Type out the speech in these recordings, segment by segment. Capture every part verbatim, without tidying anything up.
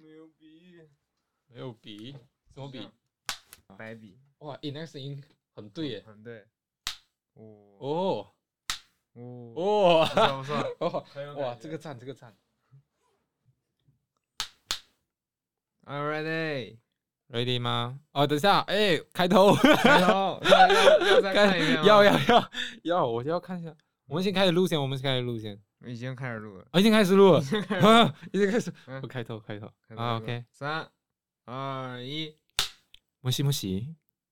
没有笔， 没有笔，什么笔？ 白笔。 哇，诶，那个声音很对耶。 很对。哦哦哦哦， 不错不错。 哦，哇，这个赞，这个赞。 Are you ready? Ready 吗？哦，等一下，哎，开头， 开头，要要要再看一遍吗？ 要要要要，我就要看一下。我们先开始录先，我们先开始录先。 已经开始录了， 啊，已经开始录了， 已经开始录， 已经开始。 嗯我开头，开头开头啊，OK。 三二一， もしもし。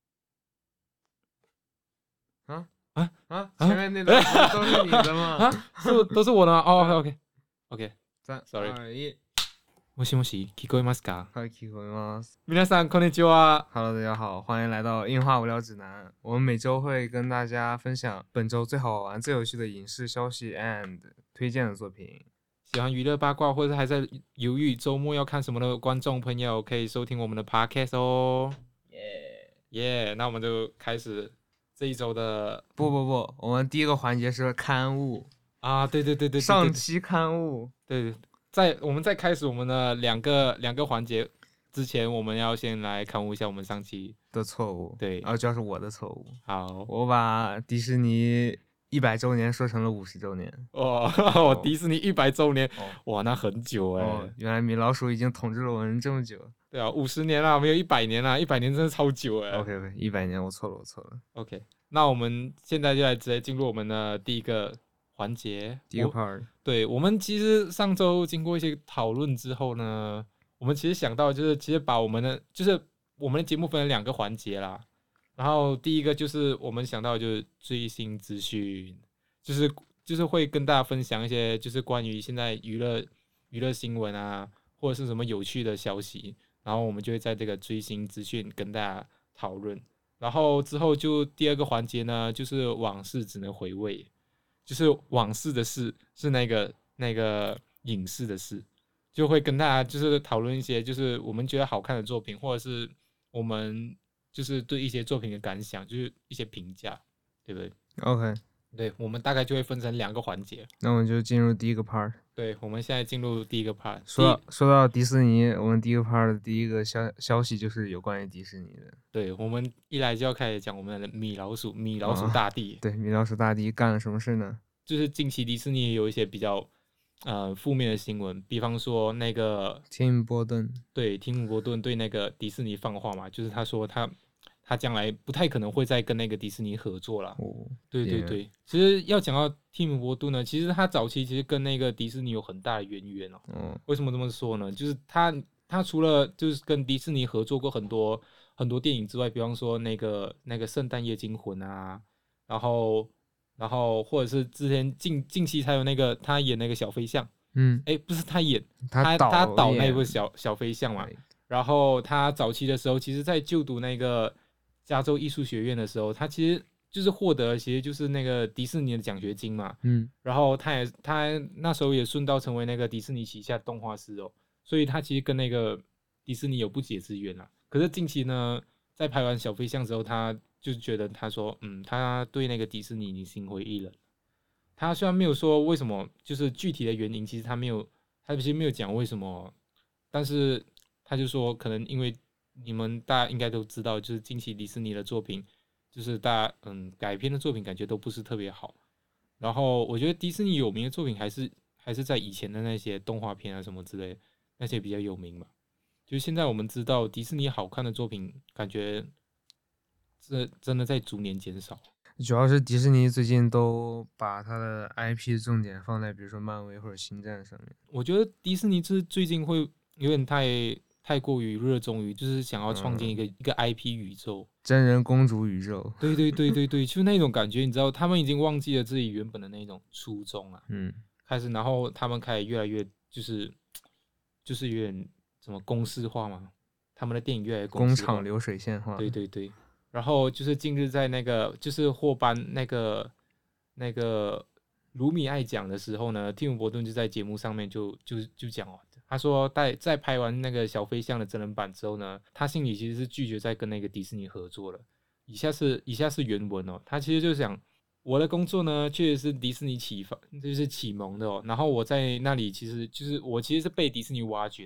啊啊啊！前面那段都是你的吗？ 啊，是都是我的吗？哦，OK OK OK。 三 Sorry 二一， もしもし、聞こえますか？ はい、聞こえます。 皆さんこんにちは。 Hello，大家好，欢迎来到硬话无聊指南。我们每周会跟大家分享本周最好玩、最有趣的影视消息 and 推荐的作品。 喜欢娱乐八卦或者还在犹豫周末要看什么的观众朋友，可以收听我们的 podcast 哦。耶耶，那我们就开始这一周的。 不不不，我们第一个环节是刊物啊，对对对对对对对， 上期刊物。 对，在我们在开始我们的两个两个环节之前，我们要先来刊物一下我们上期的错误。 对， 然后就是我的错误。 好， 我把迪士尼一百周年说成了五十周年。 哦，哦迪士尼一百周年， 哦， 哇，那很久哎、 哦，原来米老鼠已经统治了我们这么久。 对啊，五十年啦，没有一百年啦，一百年真的超久哎、 OK OK，一百年，我错了，我错了。 OK，那我们现在就来直接进入我们的第一个环节， 第一个 part。 对，我们其实上周经过一些讨论之后呢，我们其实想到就是其实把我们的就是我们的节目分成两个环节啦。然后第一个就是我们想到就是最新资讯，就是就是会跟大家分享一些就是关于现在娱乐娱乐新闻啊，或者是什么有趣的消息，然后我们就会在这个最新资讯跟大家讨论。然后之后就第二个环节呢，就是往事只能回味，就是往事的事是那个那个影视的事，就会跟大家就是讨论一些就是我们觉得好看的作品，或者是我们就是对一些作品的感想，就是一些评价，对不对 OK， 对，我们大概就会分成两个环节。 那我们就进入第一个 part。 对，我们现在进入第一个 part。 说到说到迪士尼，我们第一个 part 的第一个消消息就是有关于迪士尼的。 对，我们一来就要开始讲我们的米老鼠，米老鼠大帝。 哦、对，米老鼠大帝干了什么事呢？ 就是近期迪士尼也有一些比较呃负面的新闻，比方说那个提姆波顿， 对，提姆波顿对那个迪士尼放话嘛，就是他说他他将来不太可能会再跟那个迪士尼合作了。 哦， 对对对，其实要讲到提姆波顿呢，其实他早期其实跟那个迪士尼有很大的渊源哦。 哦， 为什么这么说呢？就是他他除了就是跟迪士尼合作过很多很多电影之外，比方说那个那个圣诞夜惊魂啊，然后然后或者是之前近近期才有那个他演那个小飞象， 嗯， 哎，不是他演， 他导他导那演部小小飞象嘛。然后他早期的时候，其实在就读那个加州艺术学院的时候，他其实就是获得其实就是那个迪士尼的奖学金嘛。 嗯， 然后他也他那时候也顺道成为那个迪士尼旗下动画师哦，所以他其实跟那个迪士尼有不解之缘啊。可是近期呢，在拍完小飞象之后，他就觉得他说，嗯，他对那个迪士尼已经心灰意冷。他虽然没有说为什么，就是具体的原因，其实他没有，他其实没有讲为什么，但是他就说，可能因为你们大家应该都知道，就是近期迪士尼的作品，就是大家嗯改编的作品，感觉都不是特别好。然后我觉得迪士尼有名的作品还是还是在以前的那些动画片啊什么之类的，那些比较有名嘛。就现在我们知道迪士尼好看的作品，感觉这真的在逐年减少。 主要是迪士尼最近都把它的 I P 重点放在比如说漫威或者星战上面。 我觉得迪士尼是最近会有点太太过于热衷于，就是想要创建一个、嗯、一个 I P 宇宙， 真人公主宇宙。 对对对对对，就那种感觉，你知道，他们已经忘记了自己原本的那种初衷啊。 嗯， 开始，然后他们开始越来越就是就是有点什么公式化嘛，他们的电影越来越公式化， 工厂流水线化。 对对对。然后就是近日在那个就是获颁那个那个卢米艾奖的时候呢，蒂姆·伯顿就在节目上面就就就讲哦，他说在在拍完那个小飞象的真人版之后呢，他心里其实是拒绝再跟那个迪士尼合作了。以下是以下是原文哦，他其实就想我的工作呢确实是迪士尼启发就是启蒙的哦，然后我在那里其实就是我其实是被迪士尼挖掘的，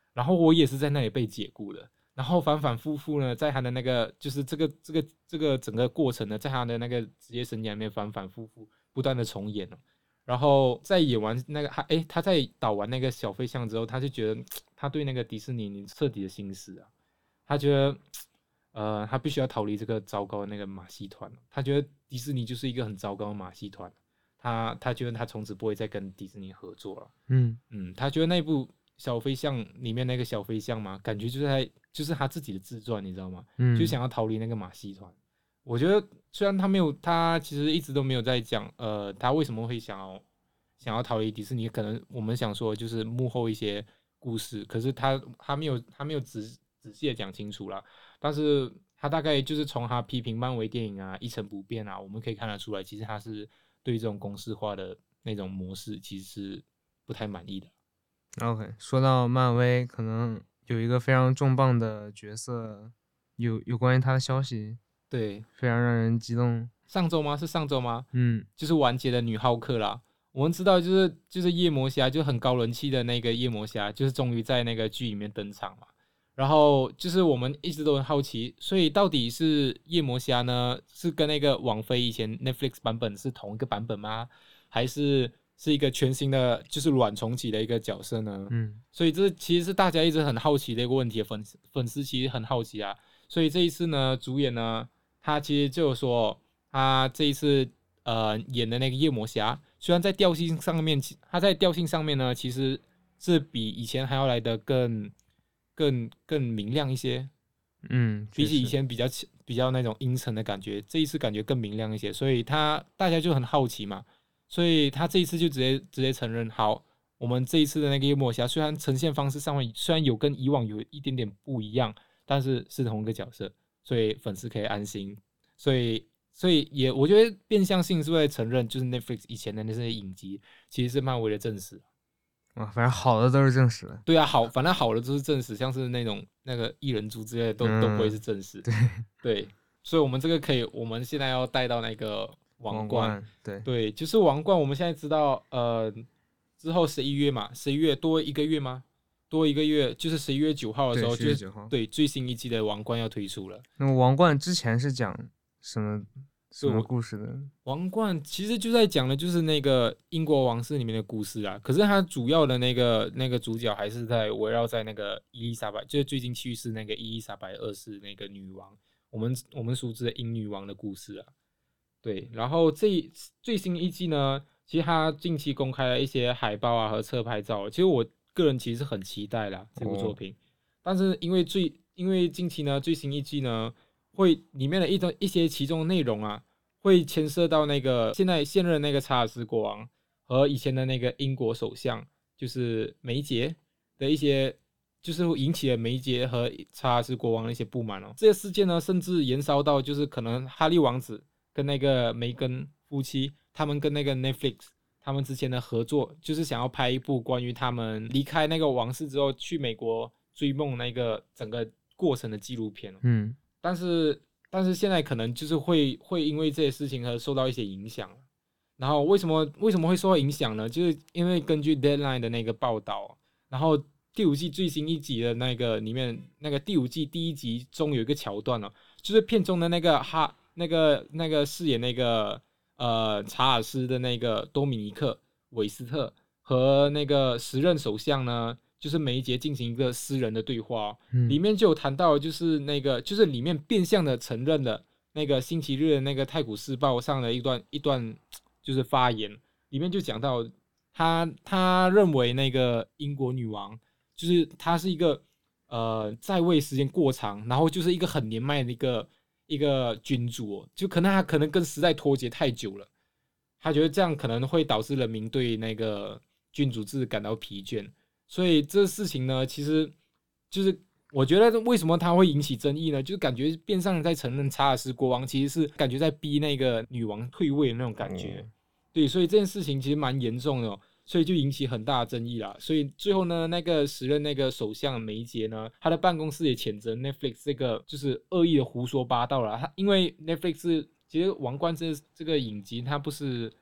然后我也是在那里被解雇的。然后反反复复呢，在他的那个就是这个这个这个整个过程呢，在他的那个职业生涯里面反反复复不断的重演了。然后在演完那个他哎他在导完那个小飞象之后，他就觉得他对那个迪士尼彻底的心死啊，他觉得呃他必须要逃离这个糟糕的那个马戏团，他觉得迪士尼就是一个很糟糕的马戏团，他他觉得他从此不会再跟迪士尼合作了。 嗯嗯，他觉得那部小飞象里面那个小飞象嘛，感觉就是在就是他自己的自传，你知道吗？ 嗯， 就想要逃离那个马戏团。我觉得虽然他没有，他其实一直都没有在讲，呃，他为什么会想要想要逃离迪士尼，可能我们想说就是幕后一些故事，可是他他没有他没有仔仔细的讲清楚啦。但是他大概就是从他批评漫威电影啊一成不变啊，我们可以看得出来，其实他是对这种公式化的那种模式其实是不太满意的。 OK，说到漫威，可能有一个非常重磅的角色，有有关于他的消息， 对， 非常让人激动。 上周吗？是上周吗？ 嗯， 就是完结的女浩克啦。我们知道，就是就是夜魔侠，就很高人气的那个夜魔侠，就是终于在那个剧里面登场嘛。然后就是我们一直都很好奇，所以到底是夜魔侠呢，是跟那个网飞以前 Netflix 版本是同一个版本吗？还是是一个全新的，就是软重启的一个角色呢？ 嗯， 所以这其实是大家一直很好奇的一个问题，粉丝粉丝其实很好奇啊。所以这一次呢，主演呢，他其实就有说，他这一次呃演的那个夜魔侠，虽然在调性上面，他在调性上面呢，其实是比以前还要来的更更更明亮一些。 嗯， 比起以确实前比较比较那种阴沉的感觉，这一次感觉更明亮一些，所以他大家就很好奇嘛，所以他这一次就直接直接承认，好，我们这一次的那个夜魔侠虽然呈现方式上面虽然有跟以往有一点点不一样，但是是同一个角色，所以粉丝可以安心，所以所以也我觉得变相性是会承认，就是 Netflix 以前的那些影集其实是漫威的正史。 啊，反正好的都是正史的。 对啊，好，反正好的都是正史，像是那种那个异人族之类的都、 嗯、 都不会是正史。 对对，所以我们这个可以，我们现在要带到那个王王冠。 冠，对对，就是王冠。我们现在知道，呃，之后十一月嘛，十一月多一个月吗？多一个月，就是十一月九号的时候， 对， 就是九号。 对最新一季的王冠要推出了。 那么王冠之前是讲什么什么对我故事的？ 王冠其实就在讲的就是那个英国王室里面的故事啊，可是它主要的那个那个主角还是在围绕在那个伊丽莎白，就是最近去世那个伊丽莎白二世那个女王，我们我们熟知的英女王的故事啊。对，然后这最新一季呢，其实它近期公开了一些海报啊和侧拍照，其实我个人其实很期待啦这部作品，哦、但是因为最因为近期呢最新一季呢。会里面的一种一些其中的内容啊，会牵涉到那个现在现任那个查尔斯国王和以前的那个英国首相，就是梅杰的一些，就是引起了梅杰和查尔斯国王的一些不满哦。这些事件呢，甚至延烧到就是可能哈利王子跟那个梅根夫妻，他们跟那个 Netflix 他们之前的合作，就是想要拍一部关于他们离开那个王室之后去美国追梦那个整个过程的纪录片哦。 嗯。 但是，但是现在可能就是会会因为这些事情而受到一些影响。然后为什么为什么会受到影响呢？就是因为根据 Deadline 的那个报道，然后第五季最新一集的那个里面，那个第五季第一集中有一个桥段哦，就是片中的那个哈那个那个饰演那个呃查尔斯的那个多米尼克韦斯特和那个时任首相呢。就是梅杰进行一个私人的对话、哦嗯，里面就有谈到，就是那个，就是里面变相的承认了那个星期日的那个太古时报上的一段一段就是发言，里面就讲到他他认为那个英国女王就是她是一个呃在位时间过长，然后就是一个很年迈的一个一个君主、哦，就可能他可能跟时代脱节太久了，他觉得这样可能会导致人民对那个君主制感到疲倦。所以这事情呢，其实就是我觉得为什么它会引起争议呢？就是感觉变相在承认查尔斯国王其实是感觉在逼那个女王退位的那种感觉。嗯、对，所以这件事情其实蛮严重的、哦，所以就引起很大的争议啦。所以最后呢，那个时任那个首相梅杰呢，他的办公室也谴责 Netflix 这个就是恶意的胡说八道啦。他因为 Netflix 其实《王冠》这这个影集，它不是。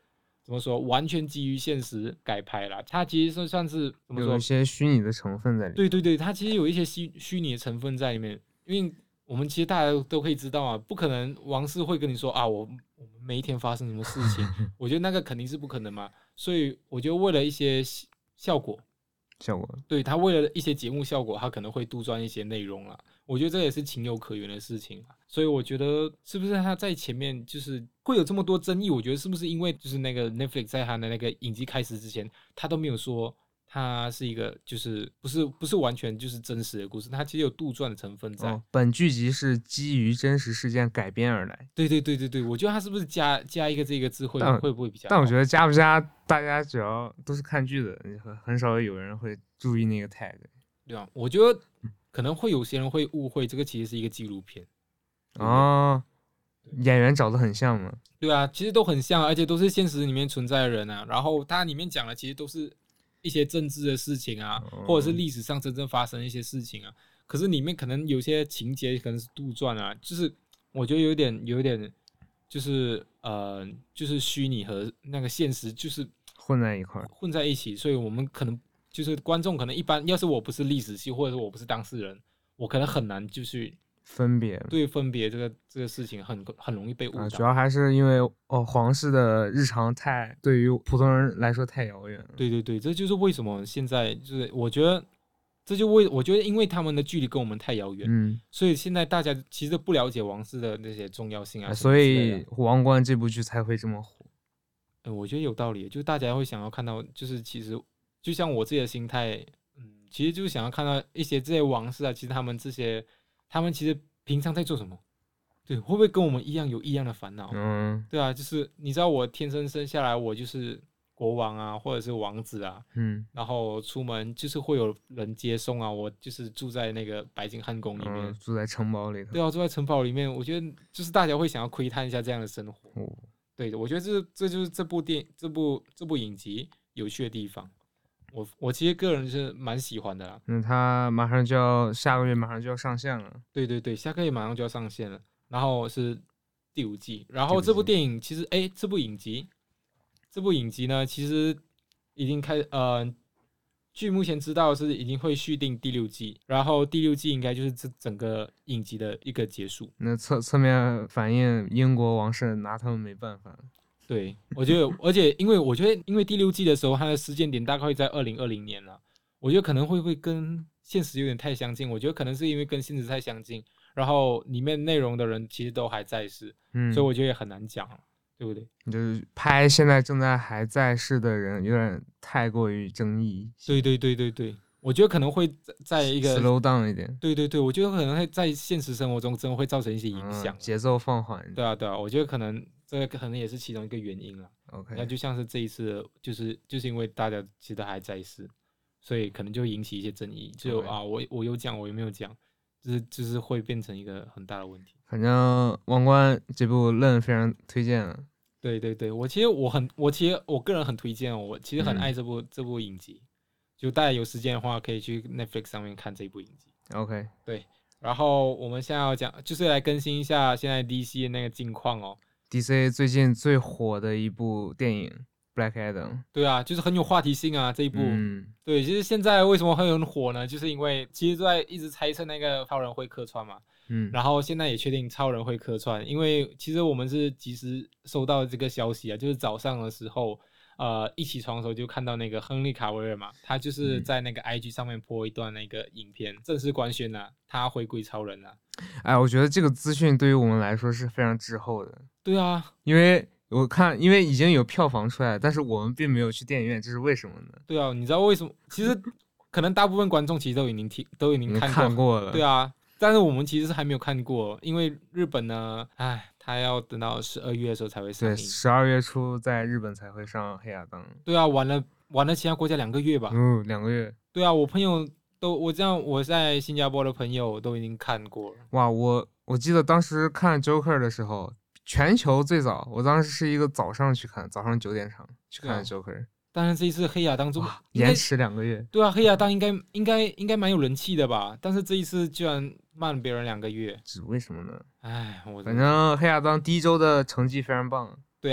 怎么说，完全基于现实改拍啦。它其实是算是怎么说， 有一些虚拟的成分在里面。 对对对，它其实有一些虚虚拟的成分在里面，因为我们其实大家都可以知道啊，不可能王室会跟你说啊，我我们每一天发生什么事情，我觉得那个肯定是不可能嘛。所以我觉得为了一些效果。 效果， 对，他为了一些节目效果，他可能会杜撰一些内容啦。我觉得这也是情有可原的事情啦。所以我觉得是不是他在前面就是会有这么多争议？我觉得是不是因为就是那个 Netflix 在他的那个影集开始之前，他都没有说它是一个就是不是不是完全就是真实的故事，它其实有杜撰的成分在。 哦，本剧集是基于真实事件改编而来。 对对对对对，我觉得他是不是加加一个这个字会会不会比较好？ 但我觉得加不加，大家只要都是看剧的，很很少有人会注意那个 tag。 对啊，我觉得可能会有些人会误会这个其实是一个纪录片。 哦，演员找的很像吗？ 对啊，其实都很像，而且都是现实里面存在的人啊。然后它里面讲的其实都是一些政治的事情啊， 哦、 或者是历史上真正发生的一些事情啊。可是里面可能有些情节可能是杜撰啊，就是我觉得有点有点就是呃就是虚拟和那个现实就是混在一块混在一起，所以我们可能就是观众可能一般，要是我不是历史系或者是我不是当事人，我可能很难就是分别， 对分别这个这个事情很很容易被误导、 啊。主要还是因为哦，皇室的日常太对于普通人来说太遥远了。 对对对，这就是为什么现在就是我觉得这就为我觉得因为他们的距离跟我们太遥远， 嗯， 所以现在大家其实不了解王室的那些重要性啊， 所以《王冠》这部剧才会这么火。 嗯，我觉得有道理，就是大家会想要看到，就是其实就像我自己的心态，嗯，其实就是想要看到一些这些王室啊，其实他们这些，他们其实平常在做什么？对，会不会跟我们一样有一样的烦恼？ 嗯， 对啊，就是你知道我天生生下来我就是国王啊，或者是王子啊， 嗯， 然后出门就是会有人接送啊，我就是住在那个白金汉宫里面， 嗯、住在城堡里头。 对啊，住在城堡里面，我觉得就是大家会想要窥探一下这样的生活。 哦， 对的，我觉得这这就是这部电这部这部影集有趣的地方。我我其实个人是蛮喜欢的啦。 那他马上就要下个月马上就要上线了。 对对对，下个月马上就要上线了，然后是第五季。然后这部电影其实哎，这部影集这部影集呢，其实已经开呃，据目前知道是已经会续订第六季，然后第六季应该就是这整个影集的一个结束。 那侧侧面反映英国王室拿他们没办法。 对，我觉得，而且因为我觉得，因为第六季的时候，它的时间点大概会在二零二零年了，我觉得可能会会跟现实有点太相近。我觉得可能是因为跟现实太相近，然后里面内容的人其实都还在世，嗯，所以我觉得也很难讲，对不对？ 就是拍现在正在还在世的人，有点太过于争议。 对对对对对，我觉得可能会在一个 slow down 一点。 对对对，我觉得可能会在现实生活中真的会造成一些影响， 嗯，节奏放缓。 对啊对啊，我觉得可能。这个可能也是其中一个原因了。 OK， 那就像是这一次，就是就是因为大家其实都还在世，所以可能就会引起一些争议。就、okay. 啊，我我有讲，我有没有讲，就是就是会变成一个很大的问题。 反正《王冠》这部论非常推荐了。 对对对，我其实我很，我其实我个人很推荐，我其实很爱这部、嗯、这部影集。就大家有时间的话，可以去 Netflix 上面看这部影集。 OK， 对。然后我们现在要讲，就是来更新一下现在 D C 的那个近况哦。 D C 最近最火的一部电影《Black Adam》， 对啊，就是很有话题性啊这一部。 嗯， 对，其实现在为什么会很火呢？就是因为其实都在一直猜测那个超人会客串嘛。 嗯， 然后现在也确定超人会客串，因为其实我们是及时收到这个消息啊，就是早上的时候，呃，一起床的时候就看到那个亨利卡维尔嘛，他就是在那个 I G 上面po一段那个影片，嗯、正式官宣了、啊、他回归超人了、啊。 哎，我觉得这个资讯对于我们来说是非常滞后的。 对啊， 因为我看，因为已经有票房出来，但是我们并没有去电影院，这是为什么呢？ 对啊，你知道为什么？其实可能大部分观众其实都已经听，都已经看 过, 看过了。 对啊，但是我们其实是还没有看过，因为日本呢，哎，他要等到十二月的时候才会上映。 对，十二月初在日本才会上《黑亚当》。 对啊，晚了晚了其他国家两个月吧？ 嗯，两个月。 对啊，我朋友都我这样，我在新加坡的朋友都已经看过了。 哇，我我记得当时看 Joker 的时候。全球最早，我当时是一个早上去看，早上九点场去看 Joker。 但是这一次黑亚当中延迟两个月。 对啊，黑亚当应该应该应该蛮有人气的吧？但是这一次居然慢别人两个月， 是为什么呢？ 哎，我反正黑亚当第一周的成绩非常棒。 对啊，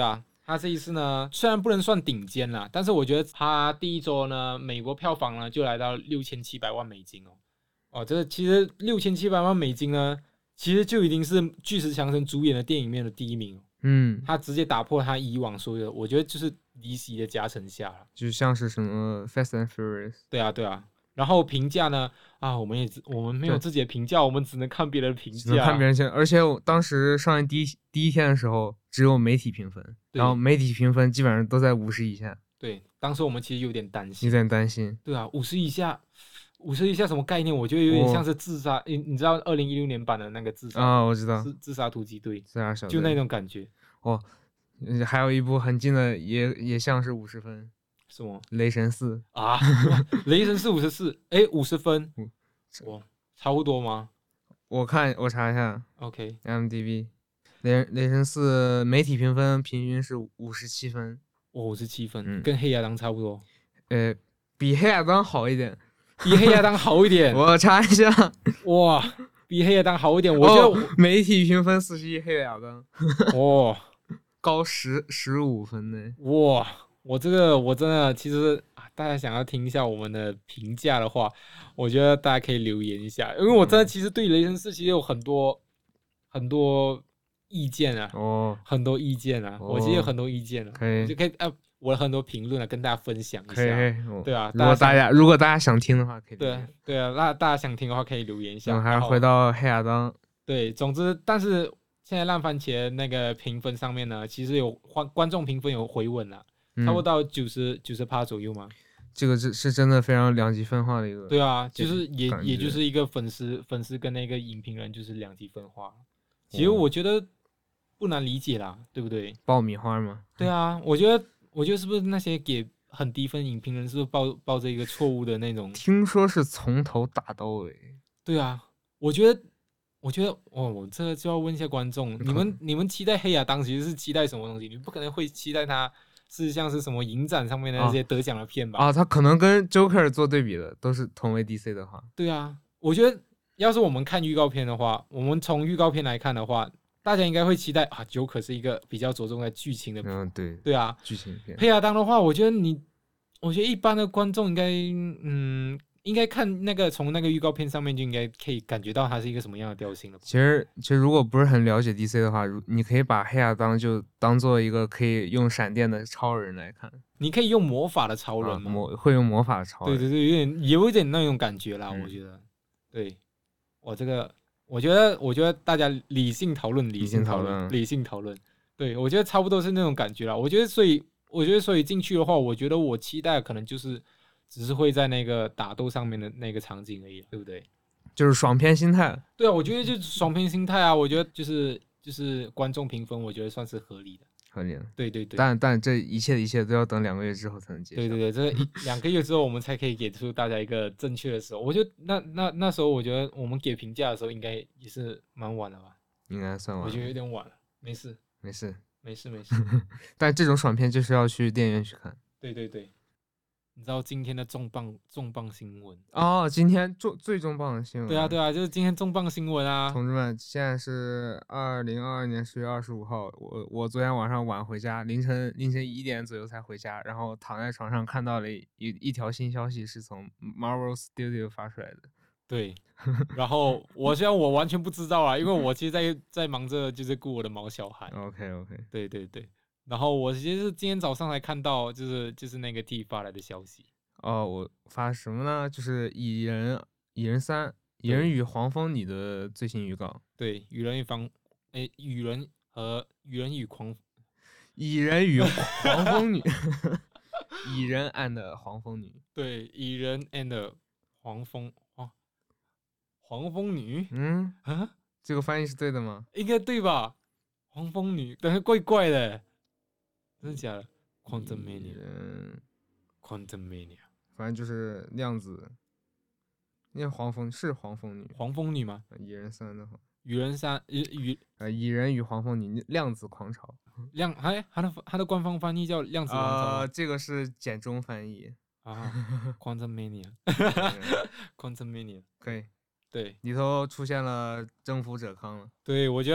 它这一次呢，虽然不能算顶尖啦，但是我觉得它第一周呢，美国票房呢就来到六千七百万美金哦。哦，这其实六千七百万美金呢，其实就已经是巨石强森主演的电影里面的第一名哦。 嗯， 他直接打破他以往所有的，我觉得就是离席的加成下了， 就像是什么 Fast and Furious。 对啊，对啊。然后评价呢？啊，我们也我们没有自己的评价，我们只能看别人的评价， 只能看别人评。而且我当时上映第一第一天的时候，只有媒体评分，然后媒体评分基本上都在五十以下。 对，当时我们其实有点担心， 有点担心。 对啊，五十以下，五十以下什么概念？我觉得有点像是自杀。你、哦、你知道二零一六年版的那个自杀啊、哦，我知道， 自自杀突击队， 自杀小队， 就那种感觉。 哦，还有一部很近的也，也也像是五十分。 什么？ 雷神四啊？雷神四五十四，哎，五十分，哇，差不多吗？ 我看我查一下 ，OK，M D B， 雷雷神四媒体评分平均是五十七分， 五十七分、 嗯， 跟黑亚当差不多， 呃，比黑亚当好一点， 比黑亚当好一点， 我查一下， 哇，比黑亚当好一点，我觉得、 哦、媒体评分四十一，黑亚当， 哇， 高十十五分呢， 哇。我这个我真的其实、啊、大家想要听一下我们的评价的话，我觉得大家可以留言一下，因为我真的其实对雷神四其实有很多很多意见啊， 哦， 很多意见啊，哦、我其实有很多意见啊， 可以， 我就可以啊，我的很多评论啊，跟大家分享一下， 可以，哦、 对啊， 如果大家如果大家想听的话，可以对啊对啊，那大家想听的话可以留言一下。 嗯，还是回到黑亚当， 对，总之，但是现在烂番茄那个评分上面呢，其实有观众评分有回稳了。差不多到九十九十趴左右嘛， 这个是是真的非常两极分化的一个。 对啊，就是也也就是一个粉丝粉丝跟那个影评人就是两极分化。其实我觉得不难理解啦，对不对？ 爆米花吗？ 对啊，我觉得我觉得是不是那些给很低分影评人是不是抱抱着一个错误的那种？ 听说是从头打到尾。 对啊，我觉得我觉得哦，我这个就要问一下观众，你们你们期待黑亚当其实是期待什么东西？你不可能会期待他。是像是什么影展上面的那些得奖的片吧？ 啊，他可能跟 Joker 做对比的，都是同为 D C 的话。 对啊，我觉得要是我们看预告片的话，我们从预告片来看的话，大家应该会期待啊 ，Joker 是一个比较着重在剧情的。 嗯，对， 对啊， 剧情片。 黑亚当的话，我觉得你，我觉得一般的观众应该，嗯。应该看那个从那个预告片上面就应该可以感觉到它是一个什么样的调性了。 其实，其实如果不是很了解 D C 的话，你可以把黑亚当就当做一个可以用闪电的超人来看。 你可以用魔法的超人吗？ 啊、魔会用魔法的超人。 对对对，有点有一点那种感觉啦，嗯、我觉得。对，我这个，我觉得，我觉得大家理性讨论，理性讨论，理性讨论。对，我觉得差不多是那种感觉啦。我觉得，所以，我觉得，所以进去的话，我觉得我期待可能就是。只是会在那个打斗上面的那个场景而已，对不对？ 就是爽片心态。 对啊，我觉得就是爽片心态啊。我觉得就是就是观众评分，我觉得算是合理的， 合理的。 对对对。 但但这一切的一切都要等两个月之后才能揭晓。 对对对，这一两个月之后我们才可以给出大家一个正确的时候。我觉得那那那时候，我觉得我们给评价的时候应该也是蛮晚了吧？ 应该算晚。 我觉得有点晚了，没事没事没事没事。 但这种爽片就是要去电影院去看。 对对对。你知道今天的重磅重磅新闻哦？今天重最重磅的新闻。 对啊对啊，就是今天重磅新闻啊！ 同志们，现在是二零二二年十月二十五号，我我昨天晚上晚回家，凌晨凌晨一点左右才回家，然后躺在床上看到了一一条新消息，是从 Marvel Studio 发出来的。 对，然后我现在我完全不知道啊，因为我其实在在忙着就是顾我的毛小孩。 OK OK， 对对对。然后我其实是今天早上才看到，就是就是那个 T 发来的消息。 哦，我发什么呢？就是蚁人蚁人三蚁人与黄蜂女的最新预告。 对，蚁人与黄诶，蚁人和蚁人与狂蚁人与黄蜂女，蚁人 and 黄蜂女。 对，蚁人 and 黄蜂黄黄蜂女。 嗯啊， 这个翻译是对的吗？ 应该对吧？黄蜂女，等下怪怪的。真的假的 ？Quantum Mania，Quantum Mania， 反正就是量子。那黄蜂是黄蜂女， 黄蜂女吗？ 蚁人三的话， 蚁人三蚁呃蚁人与黄蜂女量子狂潮。 量哎，它的它的官方翻译叫量子狂潮。 呃，这个是简中翻译啊 ，Quantum Mania，Quantum Mania， 可以。 对， 里头出现了征服者康了。 对，我觉得。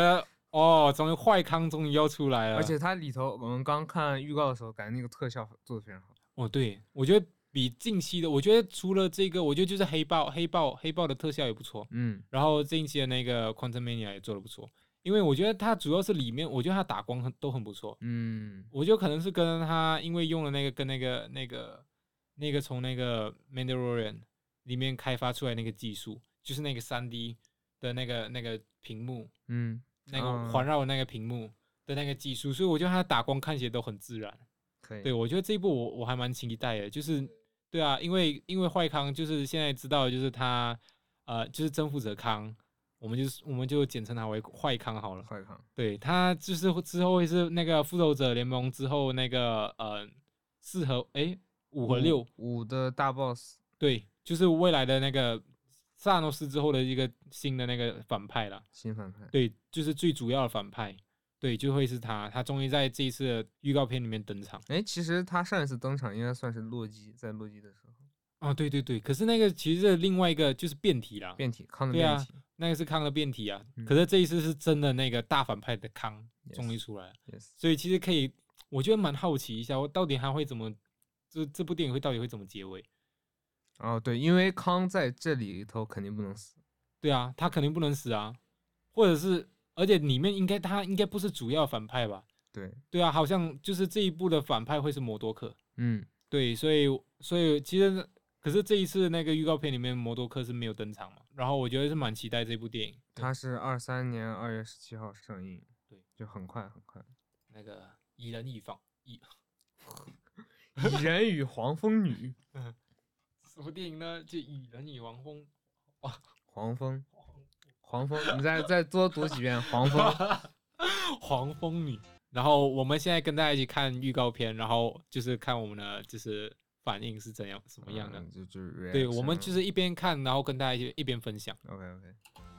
哦，终于坏康终于要出来了， 而且它里头我们刚看预告的时候，感觉那个特效做的非常好。 哦，对，我觉得比近期的，我觉得除了这个，我觉得就是黑豹，黑豹，黑豹的特效也不错， 嗯， 然后近期的那个 Quantumania 也做的不错，因为我觉得它主要是里面，我觉得它打光很都很不错， 嗯， 我觉得可能是跟它因为用了那个跟那个那个那个从那个 Mandalorian 里面开发出来那个技术，就是那个 三 D 的那个那个屏幕， 嗯， 那个环绕的那个屏幕的那个技术，所以我觉得它打光看起来都很自然。 可以。 对，我觉得这一部我我还蛮期待的，就是对啊，因为因为坏康就是现在知道的就是他呃就是征服者康，我们就是我们就简称他为坏康好了。 坏康， 对，他就是之后会是那个复仇者联盟之后那个呃四和哎五和六五的大 boss， 对，就是未来的那个萨诺斯之后的一个新的那个反派啦。 新反派。 对，就是最主要的反派。对，就会是他，他终于在这一次的预告片里面登场。 哎，其实他上一次登场应该算是洛基，在洛基的时候。 哦，对对对，可是那个其实是另外一个就是变体啦， 变体康的对啊变体， 那个是康的变体啊。 嗯可是这一次是真的那个大反派的康 Yes 终于出来了 yes， 所以其实可以，我觉得蛮好奇一下，我到底他会怎么，这这部电影会到底会怎么结尾？ 哦对，因为康在这里头肯定不能死。 对啊，他肯定不能死啊，或者是，而且里面应该他应该不是主要反派吧？ 对， 对啊，好像就是这一部的反派会是摩多克。 嗯， 对，所以所以其实可是这一次那个预告片里面摩多克是没有登场嘛，然后我觉得是蛮期待这部电影。对它是二三年二月十七号上映， 对， 就很快很快。 那个蚁人蚁防蚁蚁人与黄蜂女， 什么电影呢？就蚁人与黄蜂黄蜂，黄蜂，你再再多读几遍黄蜂。 黄蜂女。然后我们现在跟大家一起看预告片，然后就是看我们的就是反应是怎样什么样的。 嗯就就是 reaction 对，我们就是一边看，然后跟大家一起一边分享。 OK OK。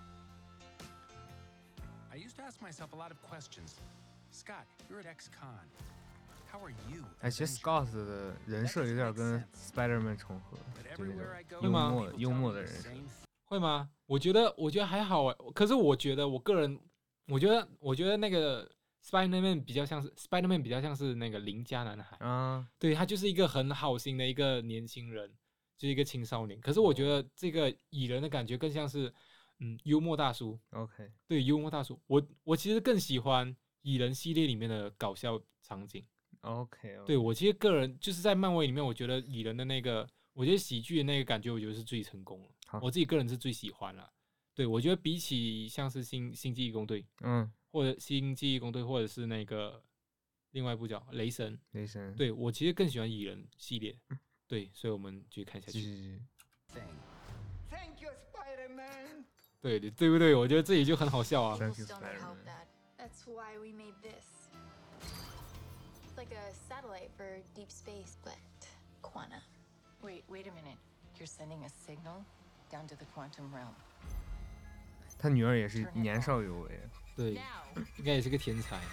I used to ask myself a lot of questions. Scott, you're at X-Con. How are you? 哎，其实 Scott 的人设有点跟 Spider-Man 重合，就那种幽默幽默的人设。 会吗？我觉得我觉得还好哎，可是我觉得我个人，我觉得我觉得那个 Spider-Man 比较像是 Spider-Man 比较像是那个邻家男孩啊， 对他就是一个很好心的一个年轻人，就是一个青少年。可是我觉得这个蚁人的感觉更像是嗯幽默大叔。 OK， 对，幽默大叔，我我其实更喜欢蚁人系列里面的搞笑场景。 OK，, okay. 对，我其实个人就是在漫威里面，我觉得蚁人的那个，我觉得喜剧的那个感觉，我觉得是最成功了。我自己个人是最喜欢了。对，我觉得比起像是星星际义工队， 嗯， 或者星际义工队，或者是那个另外一部叫雷神， 雷神， 对我其实更喜欢蚁人系列。对，所以我们继续看下去。 Thank you, Spider-Man. 对对对不对？我觉得这里就很好笑啊。 Thank you, Still need help, Spider-Man. Dad. That's why we made this. It's like a satellite for deep space, but Quanta. Wait, wait a minute. You're sending a signal down to the quantum realm. 他女儿也是年少有为。 对，应该也是个天才。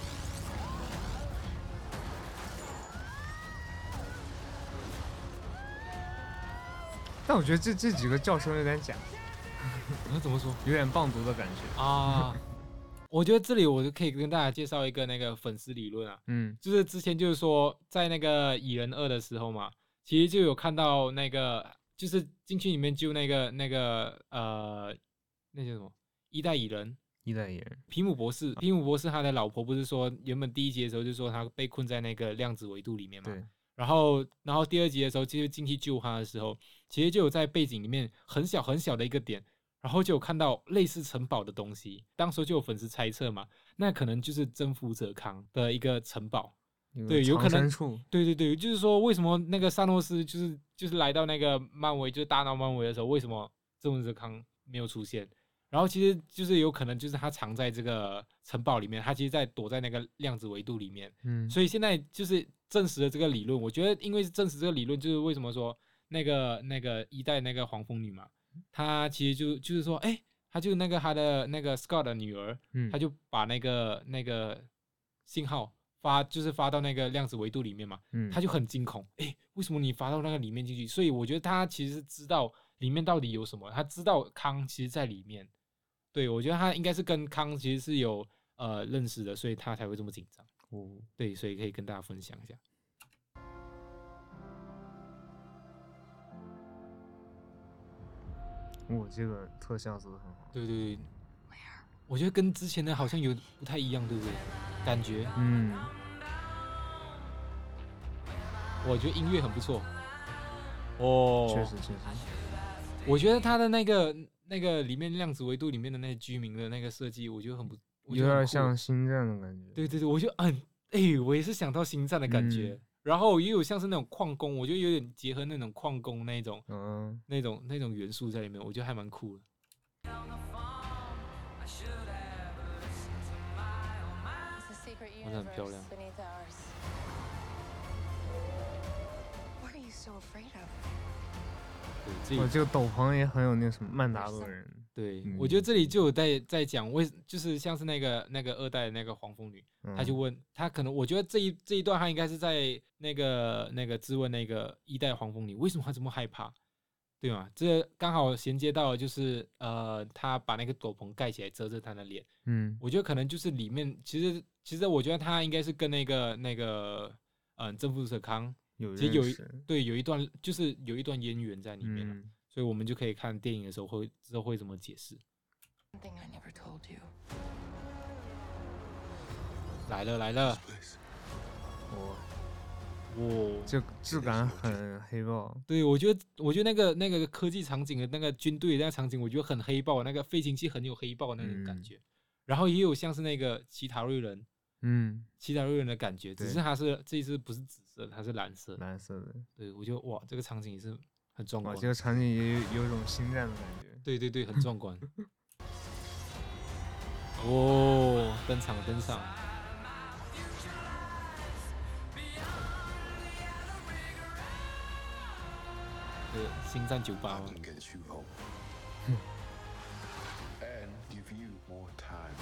但我觉得这这几个叫声有点假。 那怎么说？ 有点棒读的感觉啊。我觉得这里我就可以跟大家介绍一个那个粉丝理论啊， 嗯， 就是之前就是说在那个蚁人二的时候嘛，其实就有看到那个就是进去里面救那个那个呃那叫什么一代蚁人， 一代蚁人皮姆博士，皮姆博士他的老婆不是说原本第一集的时候就说他被困在那个量子维度里面嘛， 对， 然后然后第二集的时候其实进去救他的时候，其实就有在背景里面很小很小的一个点。然后就有看到类似城堡的东西，当时就有粉丝猜测嘛，那可能就是征服者康的一个城堡，对，有可能，对对对，就是说为什么那个萨诺斯就是就是来到那个漫威就是大闹漫威的时候，为什么征服者康没有出现？然后其实就是有可能就是他藏在这个城堡里面，他其实在躲在那个量子维度里面， 嗯， 所以现在就是证实了这个理论。我觉得因为证实这个理论，就是为什么说那个那个一代那个黄蜂女嘛。他其实就就是说，哎、欸，他就那个他的那个 Scott 的女儿， 嗯， 他就把那个那个信号发，就是发到那个量子维度里面嘛， 嗯， 他就很惊恐，哎、欸，为什么你发到那个里面进去？所以我觉得他其实是知道里面到底有什么，他知道康其实在里面。对，我觉得他应该是跟康其实是有呃认识的，所以他才会这么紧张。 哦， 对，所以可以跟大家分享一下。 我这个特效做的很好。 对对对，我觉得跟之前的好像有不太一样，对不对？感觉， 嗯， 我觉得音乐很不错。哦， 确实确实。 我觉得他的那个那个里面量子维度里面的那些居民的那个设计，我觉得很不，我觉有点得很酷像星战的感觉。 对对对，我就嗯，哎、我也是想到星战的感觉， 嗯然后也有像是那种矿工，我觉得有点结合那种矿工那种嗯， 那种那种元素在里面，我觉得还蛮酷的。 It's a secret 我觉得很漂 universe 亮。 beneath ours. What are you so afraid of? 对，这里我这个斗篷也很有那什么曼达洛人。 对、 嗯我觉得这里就有在在讲为，就是像是那个那个二代的那个黄蜂女， 嗯他就问他可能我觉得这一这一段他应该是在那个那个质问那个一代黄蜂女为什么她这么害怕，对吗？这刚好衔接到就是呃，他把那个斗篷盖起来遮着他的脸， 嗯我觉得可能就是里面其实其实我觉得他应该是跟那个那个嗯、呃、征服者康有其实有一认识。 对有一段就是有一段渊源在里面了。 嗯， 所以我们就可以看电影的时候会之后会怎么解释。 Something I never told you. 来了来了， Please. 我哇！ 这质感很黑豹。 对，我觉得我觉得那个那个科技场景的那个军队的那个场景，我觉得很黑豹，那个飞行器很有黑豹那种感觉。然后也有像是那个奇塔瑞人， 嗯， 奇塔瑞人的感觉，只对是它是这一次不是紫色，它是蓝色。 蓝色的。 对，我觉得哇，这个场景也是很壮哇， 观。 这个场景也有有一种星战的感觉。 对对对，很壮观。哦，登场登场。呃，星战九八 I 吗？ can get you home. and give you more time.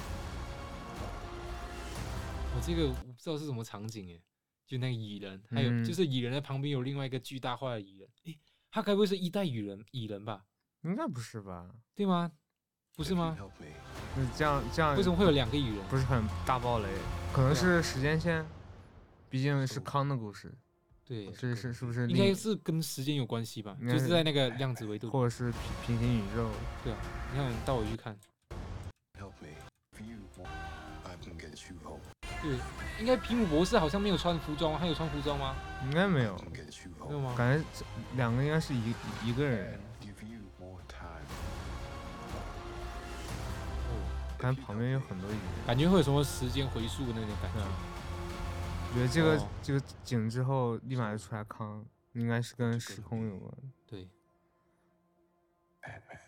我这个我不知道是什么场景哎，就那个蚁人，还有嗯就是蚁人的旁边有另外一个巨大化的蚁人，诶，他该不会是一代蚁人蚁人吧？ 应该不是吧？ 对吗？不是 If you 吗？ help me, 那这样这样为什么会有两个蚁人？ 不是很大爆雷？可能对啊是时间线，毕竟是康的故事， 对， 是是是不是应另？ 该是跟时间有关系吧？ 应该就是是在那个量子维度。 或者是平平行宇宙。 对啊，你看带我去看。 help me. Give you more. I can get you home. 对，应该皮姆博士好像没有穿服装，他有穿服装吗？ 应该没 I 有， can get you 没有 home. 吗？ 感觉这两个应该是一一个人 and，give you more time. 哦， 感觉旁边有很多蚁人。 感觉会有什么时间回溯的那种感觉。 我觉得这个、 哦这个景之后立马就出来康，应该是跟时空有关。 对， Batman.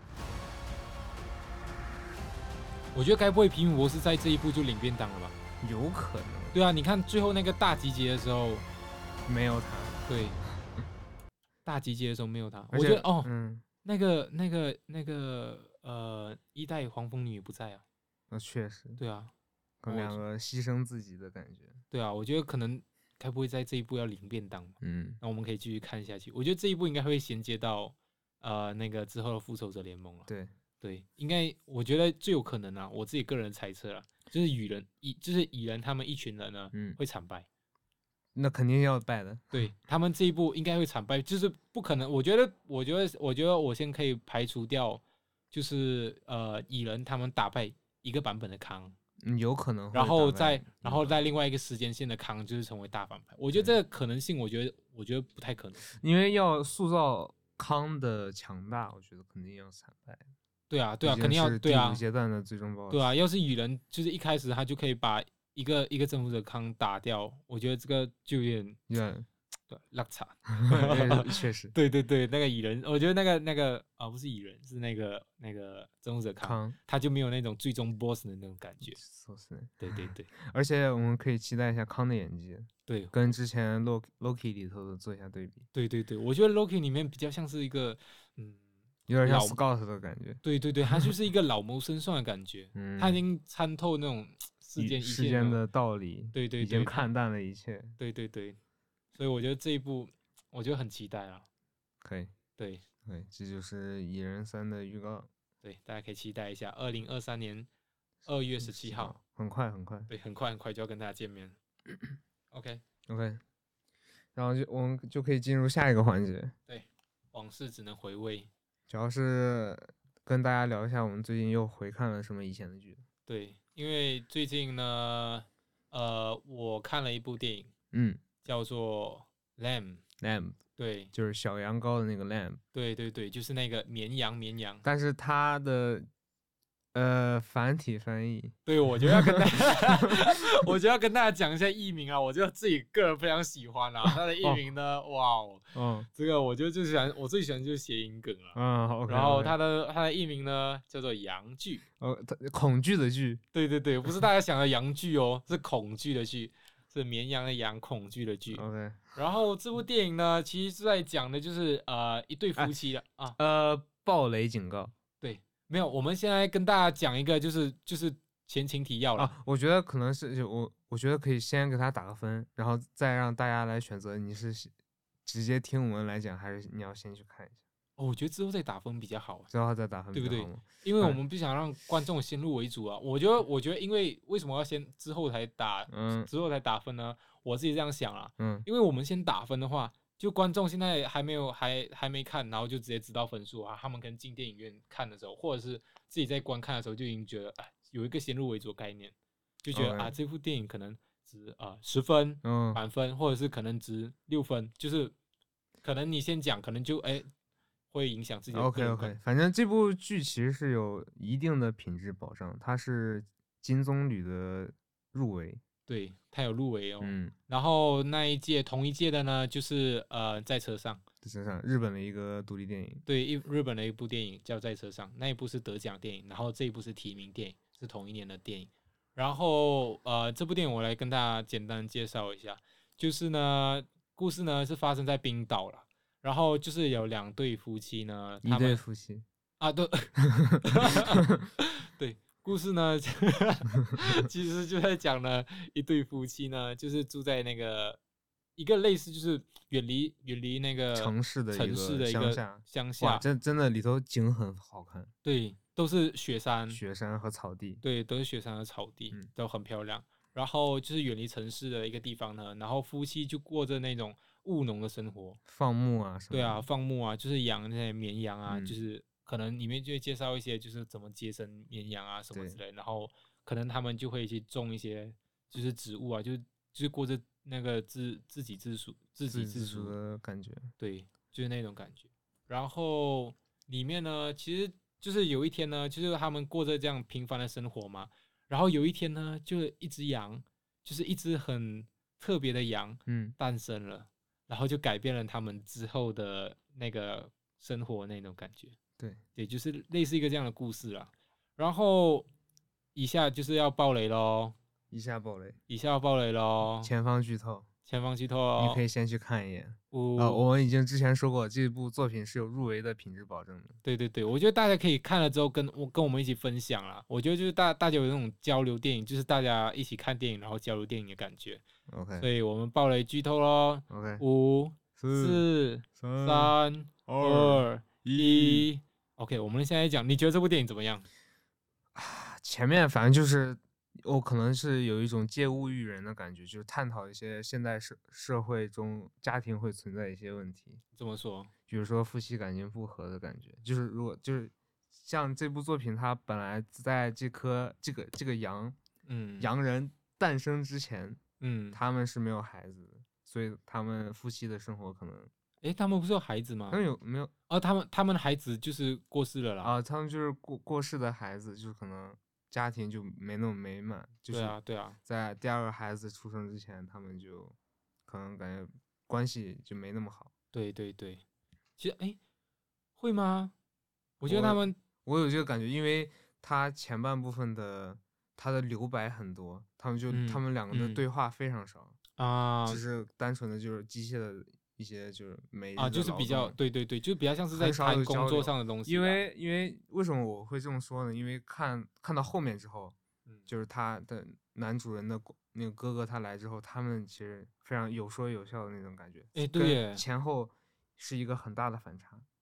我觉得该不会皮姆博士在这一步就领便当了吧？ 有可能对啊，你看最后那个大集结的时候， 没有他， 对，大集结的时候没有他，我而且觉得哦， 嗯， 那个那个那个呃，一代黄蜂女也不在啊。 那确实， 对啊， 可能两个牺牲自己的感觉。 对啊，我觉得可能该不会在这一步要领便当吧？ 嗯， 那我们可以继续看下去。我觉得这一步应该会衔接到呃那个之后的复仇者联盟了。 对， 对，应该我觉得最有可能啊，我自己个人猜测啦，就是蚁人蚁就是蚁人他们一群人呢， 嗯会惨败。 那肯定要败的。 对他们这一步应该会惨败，就是不可能。我觉得，我觉得，我觉得我先可以排除掉，就是呃蚁人他们打败一个版本的康， 嗯，有可能会然后打败再然后在另外一个时间线的康就是成为大反派。我觉得这个可能性，我觉得我觉得不太可能。 因为要塑造康的强大，我觉得肯定要惨败。 对啊，对啊， 毕肯定要竟是第对啊五，阶段的最终 boss。 对啊。要是蚁人就是一开始他就可以把一个一个征服者康打掉，我觉得这个就有点有点对拉差。 确实对对对，那个蚁人，我觉得那个那个啊、不是蚁人，是那个那个征服者康， 康他就没有那种最终 boss 的那种感觉。 so sad 对对对而且我们可以期待一下康的演技， 对跟之前 Loki Loki 里头的做一下对比， 对对对，我觉得 Loki 里面比较像是一个嗯， 有点像老 Scout 的感觉。 对对对，他就是一个老谋深算的感觉， 嗯， 他已经参透那种世间一世切那种间的道理， 对对已经对看淡了一切。 对对对，所以我觉得这一部我觉得很期待啊。 可以， 对对，这就是蚁人三的预告。 对，大家可以期待一下，二零二三年二月十七号， 很快很快。 对，很快很快就要跟大家见面。OK OK，然后就我们就可以进入下一个环节。 对，往事只能回味。 主要是跟大家聊一下我们最近又回看了什么以前的剧。 对，因为最近呢，呃，我看了一部电影， 嗯， 叫做《Lamb》。 Lamb 对就是小羊羔的那个 Lamb， 对对对，就是那个绵羊绵羊。 但是它的呃繁体翻译， 对，我就要跟大家，我就要跟大家讲一下译名啊，我就自己个人非常喜欢啊，它的译名呢，哇哦， 嗯这个我就最喜欢，我最喜欢就是谐音梗了。 嗯，OK， 然后它的它的译名呢叫做羊剧。 哦，它恐惧的惧， 对对对，不是大家想的羊剧哦，是恐惧的惧，是绵羊的羊，恐惧的惧。 OK， 然后这部电影呢，其实是在讲的就是呃一对夫妻的、啊， 呃，暴雷警告对，没有，我们现在跟大家讲一个就是就是前情提要了。 啊，我觉得可能是就我我觉得可以先给他打个分，然后再让大家来选择你是直接听我们来讲，还是你要先去看一下， 哦，我觉得之后再打分比较好， 之后再打分对不对比较好吗？ 因为我们不想让观众先入为主啊。我觉得，我觉得，因为为什么要先之后才打， 嗯之后才打分呢？我自己这样想啊， 嗯， 因为我们先打分的话，就观众现在还没有还还没看，然后就直接知道分数啊。他们可能进电影院看的时候，或者是自己在观看的时候，就已经觉得哎，有一个先入为主的概念，就觉得 OK 啊，这部电影可能值啊十分， 嗯满分，或者是可能值六分，就是可能你先讲，可能就哎会影响自己的个 ，OK 人 OK， 感反正这部剧其实是有一定的品质保障，它是金棕榈的入围， 对，他有入围哦。 嗯， 然后那一届同一届的呢，就是呃在车上， 这身上日本的一个独立电影， 对，一日本的一部电影叫在车上，那一部是得奖电影，然后这一部是提名电影，是同一年的电影。然后呃这部电影我来跟大家简单介绍一下，就是呢故事呢是发生在冰岛了，然后就是有两对夫妻呢， 一对他们夫妻， 啊对对，故事呢其实就在讲呢一对夫妻呢，就是住在那个一个类似就是远离远离那个城市的一城市个的一个乡下哇， 乡下， 真真的里头景很好看， 对，都是雪山， 雪山和草地， 对，都是雪山的草地， 嗯都很漂亮。然后就是远离城市的一个地方呢，然后夫妻就过着那种务农的生活。 放牧啊什么的， 对啊，放牧啊，就是养那些绵羊啊， 嗯就是可能里面就会介绍一些就是怎么接生绵羊啊什么之对类，然后可能他们就会去种一些就是植物啊，就就是过着那个自自给自足、自给自自足足， 的感觉， 对，就是那种感觉。然后里面呢，其实就是有一天呢，就是他们过着这样平凡的生活嘛。然后有一天呢，就一只羊，就是一只很特别的羊嗯， 诞生了，然后就改变了他们之后的那个生活那种感觉。 对， 对，就是类似一个这样的故事啦。然后以下就是要爆雷喽， 一下暴雷， 以下要爆雷喽， 前方剧透， 前方剧透哦。 你可以先去看一眼。 五啊，我们已经之前说过，这部作品是有入围的品质保证的。 对对对，我觉得大家可以看了之后跟我跟我们一起分享啦。我觉得就是大大家有那种交流电影，就是大家一起看电影然后交流电影的感觉。所 OK 以我们爆雷剧透喽， OK， 五、 四、 四、 三、 三、 二、 二、 一。 一。OK，我们现在讲，你觉得这部电影怎么样？ 前面反正就是我可能是有一种借物喻人的感觉，就是探讨一些现代社社会中家庭会存在一些问题， 这么说， 比如说夫妻感情不和的感觉。就是如果就是像这部作品，它本来在这颗这个这个羊嗯， 羊人诞生之前， 嗯， 他们是没有孩子的，所以他们夫妻的生活可能诶，他们不是有孩子吗他？们有没有哦，他们他们的孩子就是过世了啦。 啊？他们就是过过世的孩子，就是可能家庭就没那么美满，就是对啊，对啊， 在第二个孩子出生之前，他们就可能感觉关系就没那么好。 对对对。其实，诶，会吗？我觉得我他们， 我有这个感觉，因为他前半部分的他的留白很多，他们就、 嗯他们两个的嗯对话非常少， 啊只是单纯的就是机械的一些就是每日啊， 的就是比劳动较对对对，就比较像是在很少谈工作有交流上的东西啦。 因为因为为什么我会这么说呢？因为看看到后面之后， 嗯就是他的男主人的哥那个哥哥他来之后，他们其实非常有说有笑的那种感觉，跟诶对耶前后是一个很大的反差。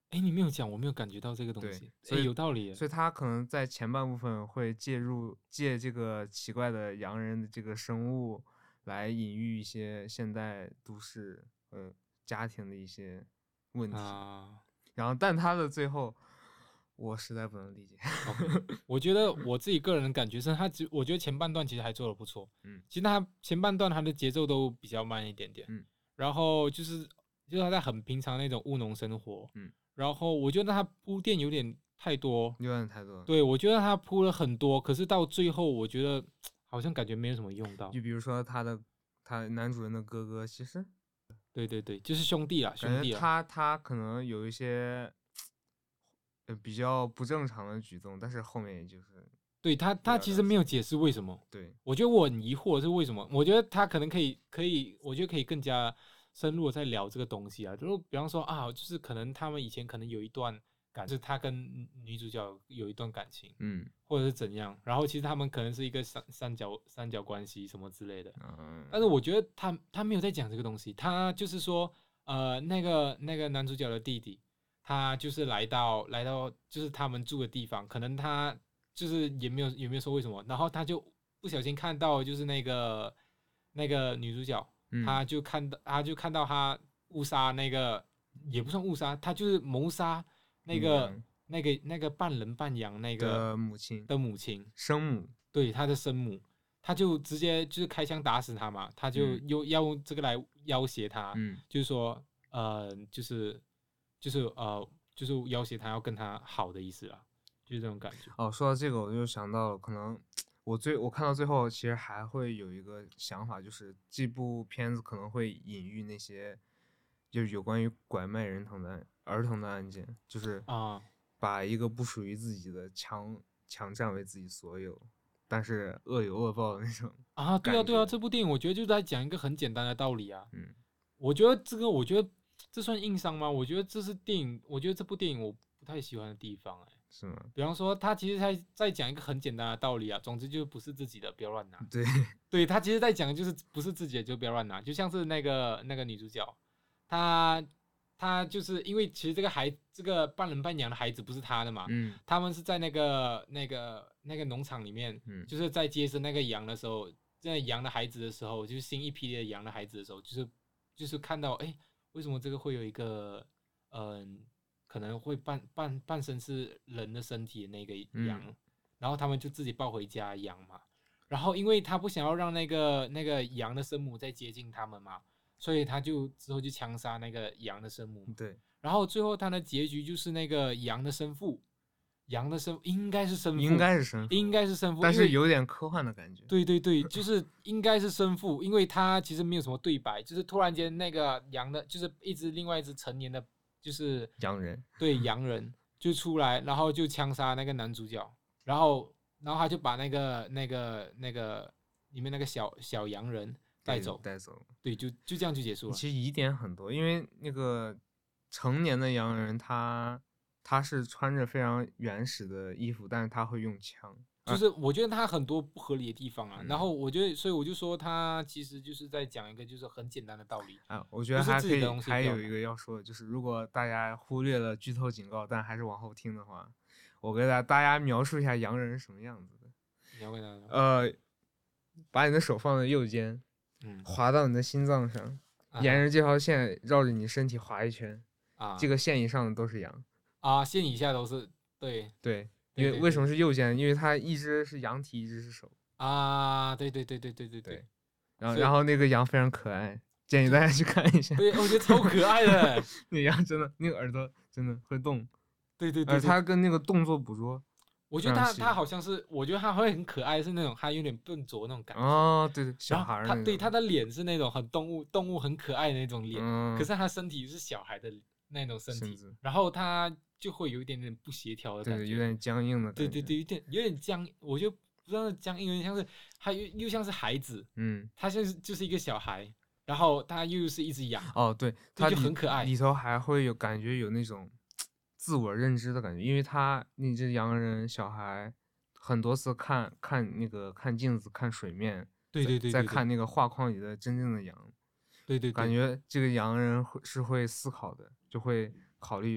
哎，你没有讲，我没有感觉到这个东对西， 所以哎，有道理耶。 所以他可能在前半部分会介入借这个奇怪的洋人的这个生物来隐喻一些现代都市呃家庭的一些问题， 啊然后但他的最后我实在不能理解。 ，OK，我觉得我自己个人的感觉是，他只我觉得前半段其实还做的不错， 嗯其实他前半段他的节奏都比较慢一点点， 嗯然后就是就是他在很平常那种务农生活， 嗯然后我觉得他铺垫有点太多， 有点太多了。 对我觉得他铺了很多，可是到最后我觉得好像感觉没有什么用到就，比如说他的他男主人的哥哥，其实对对对，就是兄弟啦，兄弟啦， 感觉他他可能有一些呃比较不正常的举动，但是后面也就是对他他了解其实没有解释为什么， 对我觉得我很疑惑是为什么，我觉得他可能可以可以，我觉得可以更加深入的在聊这个东西啊，就是比方说啊，就是可能他们以前可能有一段感，就是他跟女主角有一段感情， 嗯或者是怎样，然后其实他们可能是一个三三角三角关系什么之类的， 嗯， 但是我觉得他他没有在讲这个东西，他就是说，呃，那个那个男主角的弟弟，他就是来到来到就是他们住的地方，可能他就是也没有也没有说为什么，然后他就不小心看到就是那个那个女主角， 嗯他就看到他就看到他误杀那个也不算误杀，他就是谋杀那女个人那个那个半人半羊那个的母亲的母亲， 生母， 对他的生母，他就直接就是开枪打死他嘛，他就嗯又要用这个来要挟他， 嗯就是说呃，就是就是呃，就是要挟他要跟他好的意思啊，就是这种感觉。 哦，说到这个我就想到了，可能我最我看到最后其实还会有一个想法，就是这部片子可能会隐喻那些就是有关于拐卖人童的儿童的案件，就是啊把一个不属于自己的强强占为自己所有，但是恶有恶报的那种。 啊，对啊对啊， 感觉这部电影我觉得就是在讲一个很简单的道理啊。 嗯我觉得这个，我觉得这算硬伤吗？我觉得这是电影，我觉得这部电影我不太喜欢的地方、欸， 是吗？ 比方说，他其实在在讲一个很简单的道理啊，总之就是不是自己的不要乱拿。 对， 对他其实在讲的就是不是自己的就不要乱拿，就像是那个那个女主角，她她就是因为其实这个孩这个半人半羊的孩子不是她的嘛， 嗯他们是在那个那个那个农场里面， 嗯就是在接生那个羊的时候，在羊的孩子的时候，就是新一批的羊的孩子的时候，就是就是看到哎、诶为什么这个会有一个嗯、可能会半半半身是人的身体的那个羊， 嗯然后他们就自己抱回家养嘛。然后因为他不想要让那个那个羊的生母再接近他们嘛，所以他就之后就枪杀那个羊的生母。 对， 然后最后他的结局就是那个羊的生父，羊的生应该是生父， 应该是生父， 应该是生父， 但是因为有点科幻的感觉。 对对对，就是应该是生父，因为他其实没有什么对白，就是突然间那个羊的，就是一只另外一只成年的，就是洋人， 对洋人就出来，然后就枪杀那个男主角，然后然后他就把那个那个那个里面那个小小洋人带给走， 带走。 对，就就这样就结束了。 其实疑点很多，因为那个成年的洋人他他是穿着非常原始的衣服，但是他会用枪。 就是我觉得他很多不合理的地方啊， 嗯然后我觉得，所以我就说他其实就是在讲一个就是很简单的道理。 啊，我觉得不是还可以自己的东，西不要拿还有一个要说的，就是如果大家忽略了剧透警告，但还是往后听的话，我给大大家描述一下洋人是什么样子的。 你要跟他说， 呃，把你的手放在右肩， 嗯， 滑到你的心脏上， 啊沿着这条线绕着你身体滑一圈， 啊， 这个线以上的都是羊。 啊线以下都是对对， 对对对因为为什么是右肩？因为它一只是羊蹄，一只是手。 啊，对对对对对对对，然后所以然后那个羊非常可爱，建议大家去看一下。 对，我觉得超可爱的， 那个羊真的，那个耳朵真的会动， 对对对对， 而它跟那个动作捕捉。 我觉得非常细他他好像是，我觉得他会很可爱，是那种他有点笨拙那种感觉。 哦，对对，小然后孩儿那种他对他的脸是那种很动物动物很可爱的那种脸， 嗯可是他身体是小孩的那种身体身子， 然后他就会有一点点不协调的感对， 觉， 有点僵硬的感觉。 对对对，有点有点僵，我就不知道僵硬，有点像是他又又像是孩子， 嗯， 他就是就是一个小孩，然后他又是一只羊， 哦，对，它里就很可爱里头还会有感觉有那种自我认知的感觉，因为他那只洋人小孩很多次看看那个看镜子、看水面， 对在在对对对对看那个画框里的真正的羊， 对对对， 感觉这个洋人会是会思考的，就会考虑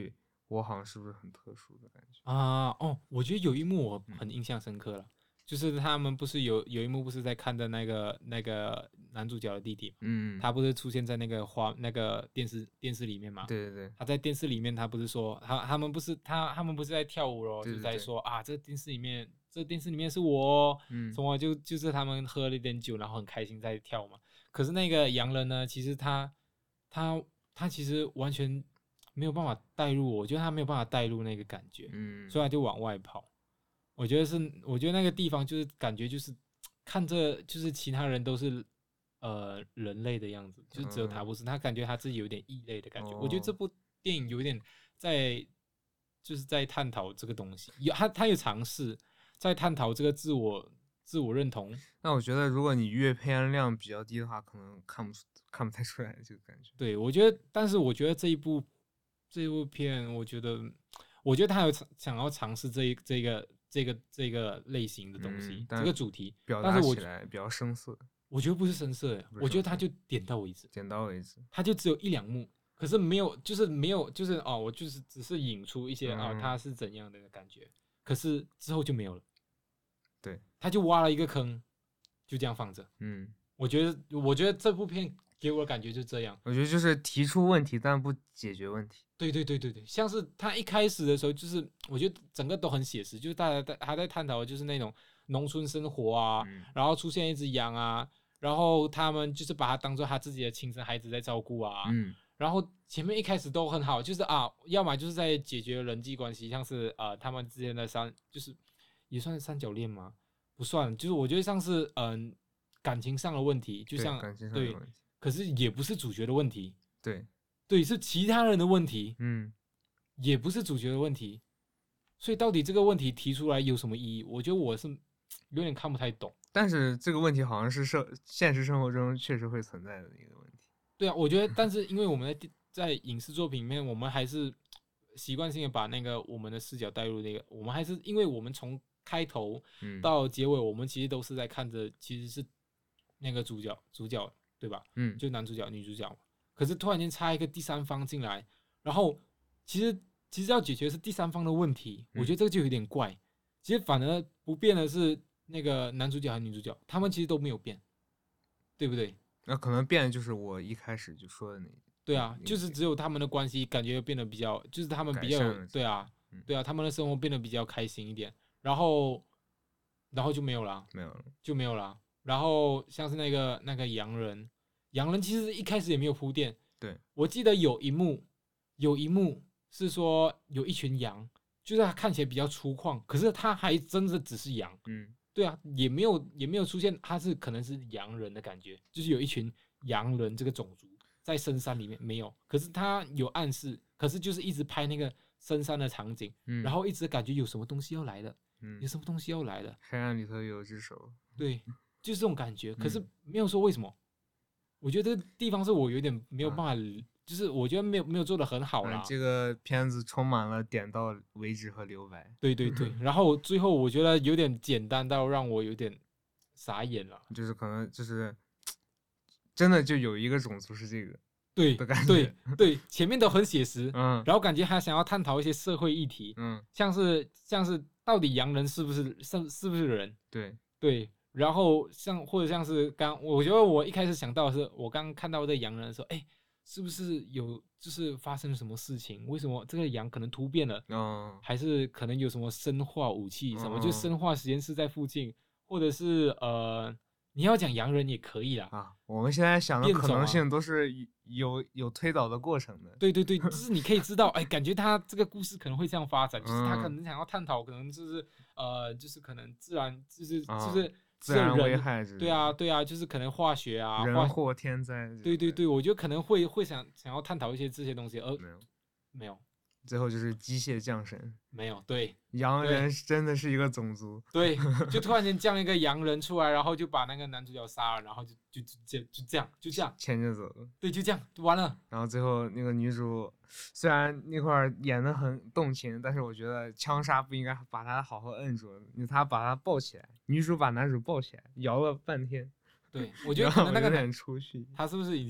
国行是不是很特殊的感觉？ 啊，哦，我觉得有一幕我嗯很印象深刻了，就是他们不是有有一幕不是在看的那个那个男主角的弟弟嘛， 嗯， 他不是出现在那个画那个电视电视里面嘛？ 对对对， 他在电视里面，他不是说他他们不是他他们不是在跳舞咯，就在对对对说啊，这电视里面这电视里面是我哦， 嗯什么就就是他们喝了一点酒，然后很开心在跳嘛。可是那个洋人呢，其实他他他其实完全没有办法带入我，我觉得他没有办法带入那个感觉， 嗯， 所以他就往外跑。我觉得是，我觉得那个地方就是感觉就是看着就是其他人都是呃人类的样子，就只有他不是，他感觉他自己有点异类的感觉。我觉得这哦部电影有一点在就是在探讨这个东西，有他他有尝试在探讨这个自我自我认同。 那我觉得如果你阅片量比较低的话，可能看不出看不太出来这个感觉。 对，我觉得，但是我觉得这一部这一部片，我觉得我觉得他有尝想要尝试这一这个这个这个类型的东西， 嗯但这个主题， 表达但是我起来比较生涩， 我觉得不是深色耶， 不是深色我觉得他就点到为止， 点到为止。 他就只有一两幕，可是没有，就是没有，就是哦，我就是只是引出一些啊、 嗯他是怎样的感觉，可是之后就没有了。 对， 他就挖了一个坑，就这样放着。 嗯， 我觉得，我觉得这部片给我的感觉就这样。 我觉得就是提出问题，但不解决问题。 对对对对对，像是他一开始的时候，就是我觉得整个都很写实，就是大家在还在探讨的就是那种农村生活啊， 嗯然后出现一只羊啊，然后他们就是把它当做他自己的亲生孩子在照顾啊， 嗯然后前面一开始都很好，就是啊，要么就是在解决人际关系，像是呃他们之间的三，就是也算是三角恋吗？不算，就是我觉得像是嗯、感情上的问题，就像对感情上对的问题。 可是也不是主角的问题， 对， 对，是其他人的问题， 嗯， 也不是主角的问题，所以到底这个问题提出来有什么意义？我觉得我是有点看不太懂。 但是这个问题好像是社现实生活中确实会存在的一个问题。 对啊，我觉得，但是因为我们在电在影视作品里面，我们还是习惯性的把那个我们的视角带入那个，我们还是因为我们从开头嗯， 到结尾，我们其实都是在看着其实是那个主角主角对吧？ 嗯就男主角女主角嘛。可是突然间插一个第三方进来，然后其实其实要解决的是第三方的问题，我觉得这个就有点怪。其实反而不变的是那个男主角和女主角，他们其实都没有变，对不对？ 那可能变的就是我一开始就说的那对啊， 那就是只有他们的关系感觉变得比较，就是他们比较有改善了对啊嗯， 对啊，他们的生活变得比较开心一点，然后然后就没有了， 没有了。 就没有了。然后像是那个那个洋人，洋人其实一开始也没有铺垫。 对， 我记得有一幕，有一幕是说有一群羊，就是它看起来比较粗犷，可是它还真的只是羊。 嗯对啊，也没有也没有出现他是可能是洋人的感觉，就是有一群洋人这个种族在深山里面没有，可是他有暗示，可是就是一直拍那个深山的场景， 嗯， 然后一直感觉有什么东西要来了， 嗯有，什么东西要来了， 黑暗里头有一只手。 对，就是这种感觉，可是嗯没有说为什么。我觉得这个地方是我有点没有啊办法，就是我觉得没有没有做的很好啦。 嗯这个片子充满了点到为止和留白， 对对对，然后最后我觉得有点简单到让我有点傻眼了。 就是可能就是真的就有一个种族是这个。 对的感对觉对，前面都很写实， 嗯然后感觉还想要探讨一些社会议题， 嗯， 像是像是到底洋人是不是是是不是人？ 对， 对，然后像或者像是刚，我觉得我一开始想到的是，我刚看到这个洋人的时候，哎，是不是有就是发生了什么事情？为什么这个羊可能突变了？ 嗯还是可能有什么生化武器什么？就嗯生化实验室在附近，或者是呃，你要讲洋人也可以啦。 啊，我们现在想的可变种啊能性都是有有推导的过程的。 对对对，就是你可以知道，哎，感觉他这个故事可能会这样发展，就是他可嗯能想要探讨，可能就是呃，就是可能自然，就是啊就是自然危人害之类对啊对啊，就是可能化学啊，化人祸天灾这种的。 对对对，我觉得可能会会想想要探讨一些这些东西，而没有， 没有最后就是机械降神。 没有，对洋对人是真的是一个种族。 对，就突然间降一个洋人出来，然后就把那个男主角杀了，然后就就就就就这样就这样， 牵着走了， 对，就这样就完了。 然后最后那个女主虽然那块儿演的很动情，但是我觉得枪杀不应该把她好好摁住，她把她抱起来，女主把男主抱起来，摇了半天， 对，我觉得可能那个男让我有点出戏。 他是不是已经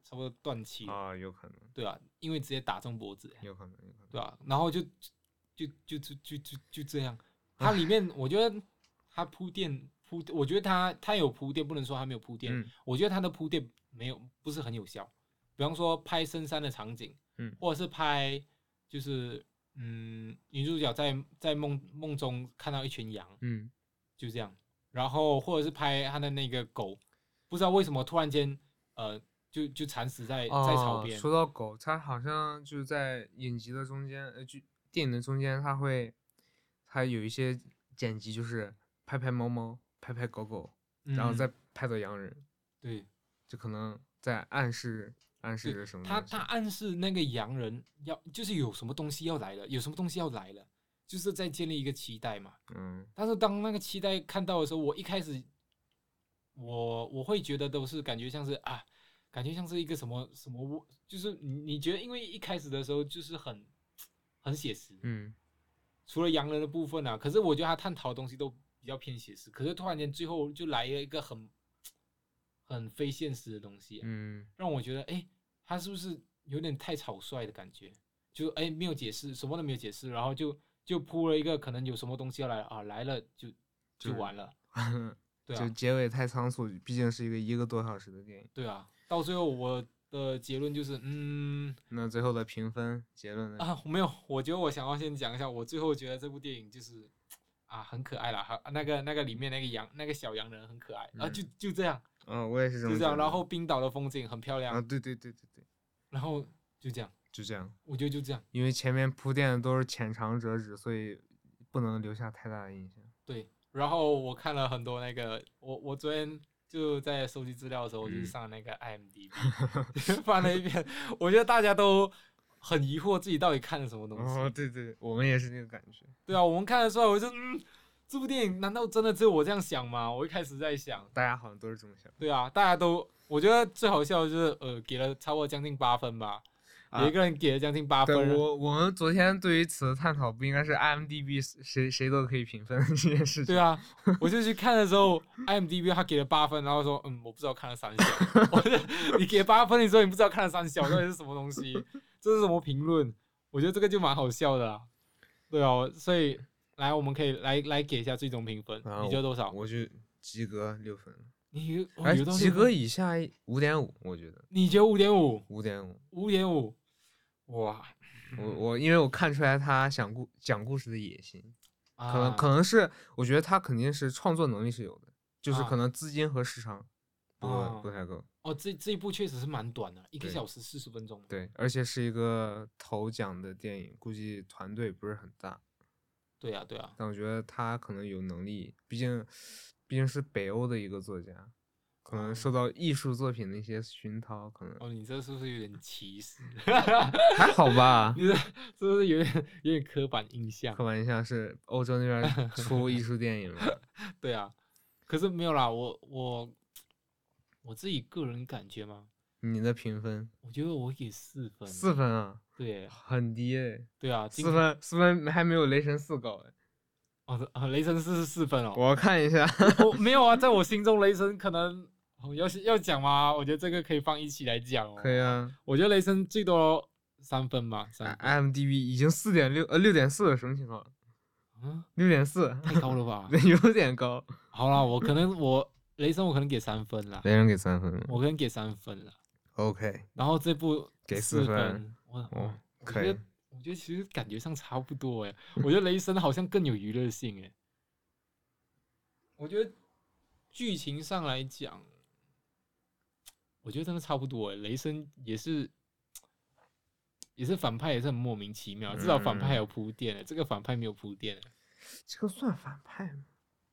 差不多断气了， 啊，有可能， 对啊，因为直接打中脖子， 有可能，有可能。 对啊，然后就就就就就就就这样，它里面我觉得它铺垫铺，我觉得它它有铺垫，不能说它没有铺垫， 嗯我觉得它的铺垫没有不是很有效，比方说拍深山的场景， 嗯或者是拍就是嗯女主角在在梦梦中看到一群羊， 嗯就这样，然后或者是拍他的那个狗，不知道为什么突然间呃就就惨死在在草哦， 边， 说到狗，它好像就是在影集的中间，呃，剧电影的中间，它会，它有一些剪辑，就是拍拍猫猫，拍拍狗狗，然后嗯再拍到洋人， 对。 就可能在暗示暗示对着什么他东西他暗示那个洋人要就是有什么东西要来了，有什么东西要来了，就是在建立一个期待嘛。 嗯但是当那个期待看到的时候，我一开始我我会觉得都是感觉像是啊，感觉像是一个什么什么，就是你你觉得因为一开始的时候就是很很写实， 嗯除了洋人的部分啊，可是我觉得他探讨的东西都比较偏写实，可是突然间最后就来了一个很很非现实的东西、啊， 嗯让我觉得，哎、欸，他是不是有点太草率的感觉？就哎、欸，没有解释，什么都没有解释，然后就就铺了一个可能有什么东西要来啊，来了就就完了，对啊， 就结尾太仓促，毕竟是一个一个多小时的电影。 对啊，到最后我的结论就是，嗯， 那最后的评分结论呢？ 啊，没有，我觉得我想要先讲一下，我最后觉得这部电影就是啊很可爱啦，哈，那个那个里面那个羊那个小羊人很可爱、嗯、啊，就就这样。 嗯、哦，我也是这么就这样，然后冰岛的风景很漂亮啊，对对对对对， 然后就这样， 就这样， 我觉得就这样， 因为前面铺垫的都是浅尝辄止，所以不能留下太大的印象。 对，然后我看了很多那个，我我昨天就在收集资料的时候，我就上那个 I M D B，、嗯、翻了一遍，我觉得大家都很疑惑自己到底看了什么东西。 哦，对对，我们也是这个感觉。 对啊，我们看得出来，我就嗯。这部电影难道真的只有我这样想吗？我一开始在想， 大家好像都是这么想。 对啊，大家都，我觉得最好笑的就是呃，给了差不多将近八分吧，啊、有一个人给了将近八分。 对我，我们昨天对于此的探讨不应该是 I M D B 谁谁都可以评分这件事情。 对啊，我就去看的时候，I M D B 他给了八分，然后说嗯，我不知道看了三小，我就你给八分，你说你不知道看了三小，到底是什么东西？这是什么评论？我觉得这个就蛮好笑的啦。对啊，所以。来，我们可以来来给一下最终评分， 啊、 你觉得多少？ 我就及格六分。 你哎，及格以下五点五，我觉得。 你觉得五点五？ 五点五。 五点五，哇！ 我我因为我看出来他想故讲故事的野心， 啊、 可能可能是我觉得他肯定是创作能力是有的，就是可能资金和时长不、啊、不太够。 哦，这这一部确实是蛮短的，一个小时四十分钟。 对，而且是一个头奖的电影，估计团队不是很大。 对啊，对啊， 但我觉得他可能有能力，毕竟，毕竟是北欧的一个作家，可能受到艺术作品的一些熏陶，可能。 哦，你这是不是有点歧视？ 还好吧？ 你这是不是有点有点刻板印象？ 刻板印象是欧洲那边出艺术电影嘛？ 对啊，可是没有啦，我我我自己个人感觉嘛。 你的评分？ 我觉得我给四分。 四分啊？ 对， 很低哎。 对啊， 四分，四分还没有雷神四高哎。 哦，啊，雷神四是四分哦。 我看一下， 我没有啊，在我心中雷神可能哦要要讲吗？我觉得这个可以放一起来讲哦。 可以啊。 我觉得雷神最多三分吧，三分。 I M D B 已经四点六呃六点四了，什么情况？ 嗯， 六点四， 太高了吧？ 有点高。 好啦，我可能我雷神我可能给三分啦。 雷神给三分， 我可能给三分啦。 OK。 然后这部给四分， 我哦， 可以。我觉得其实感觉上差不多哎，我觉得雷神好像更有娱乐性哎。我觉得剧情上来讲，我觉得真的差不多哎。雷神也是也是反派，也是很莫名其妙，至少反派还有铺垫哎，这个反派没有铺垫哎。 这个算反派吗？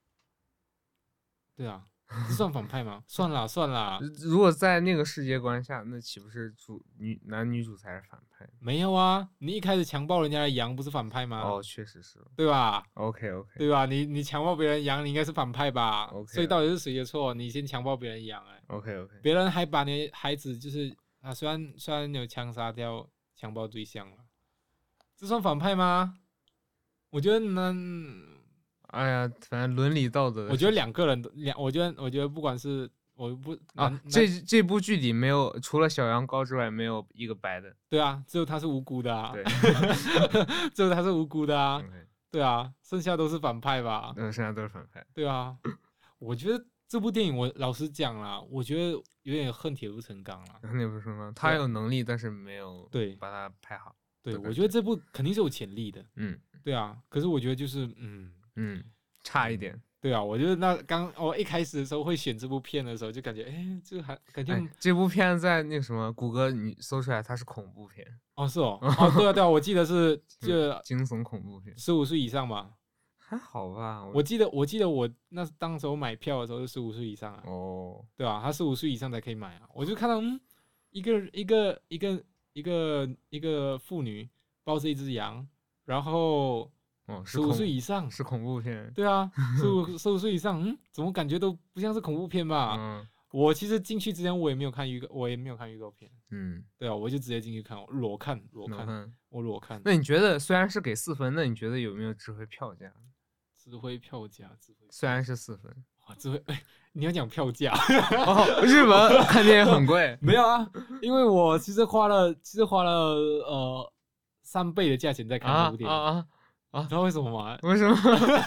对啊。这算反派吗？算啦算啦。 如果在那个世界观下，那岂不是主女男女主才是反派？ 没有啊，你一开始强暴人家的羊不是反派吗？ 哦，确实是， 对吧 ？OK OK， 对吧？你你强暴别人羊，你应该是反派吧 ？OK， 所以到底是谁的错？你先强暴别人羊哎、欸。 OK OK， 别人还把你的孩子就是啊，虽然虽然有枪杀掉强暴对象了，这算反派吗？我觉得呢。 哎呀，反正伦理道德， 我觉得两个人两，我觉得我觉得不管是我不啊男， 这男这部剧里没有除了小羊羔之外，没有一个白的。 对啊，只有他是无辜的啊， 对， 只有他是无辜的啊， OK， 对啊，剩下都是反派吧？ 呃，剩下都是反派。 对啊，我觉得这部电影我老实讲啦，我觉得有点恨铁不成钢啦。 那不是吗？他对啊有能力，但是没有对把它拍好。 对， 的感我觉得这部肯定是有潜力的。 嗯对啊，可是我觉得就是嗯。 嗯，差一点。 对啊，我觉得那刚我一开始的时候会选这部片的时候，就感觉哎，这个还感觉、 哎，这部片在那个什么谷歌你搜出来，它是恐怖片， 哦是哦哦对啊对啊，我记得是就惊悚恐怖片。 十五岁以上嘛， 还好吧？ 我记得我记得我那当时候买票的时候是十五岁以上啊， 哦， 对啊，他十五岁以上才可以买啊，我就看到嗯一个一个一个一个一个妇女抱着一只羊，然后哦，是十五恐岁以上， 是恐怖片。 对啊，十五十五岁以上，嗯，怎么感觉都不像是恐怖片吧？ 嗯我其实进去之前我也没有看预告，我也没有看预告片。 嗯， 对啊，我就直接进去看，裸看裸看， 能看。 我裸看。 那你觉得虽然是给四分，那你觉得有没有值回票价？ 指挥票价，指挥虽然是四分。 哇，指挥，哎，你要讲票价？ 哦，日本看电影很贵。 没有啊，因为我其实花了，其实花了呃三倍的价钱在看这啊部电影， 啊啊！ 你知道为什么吗为什么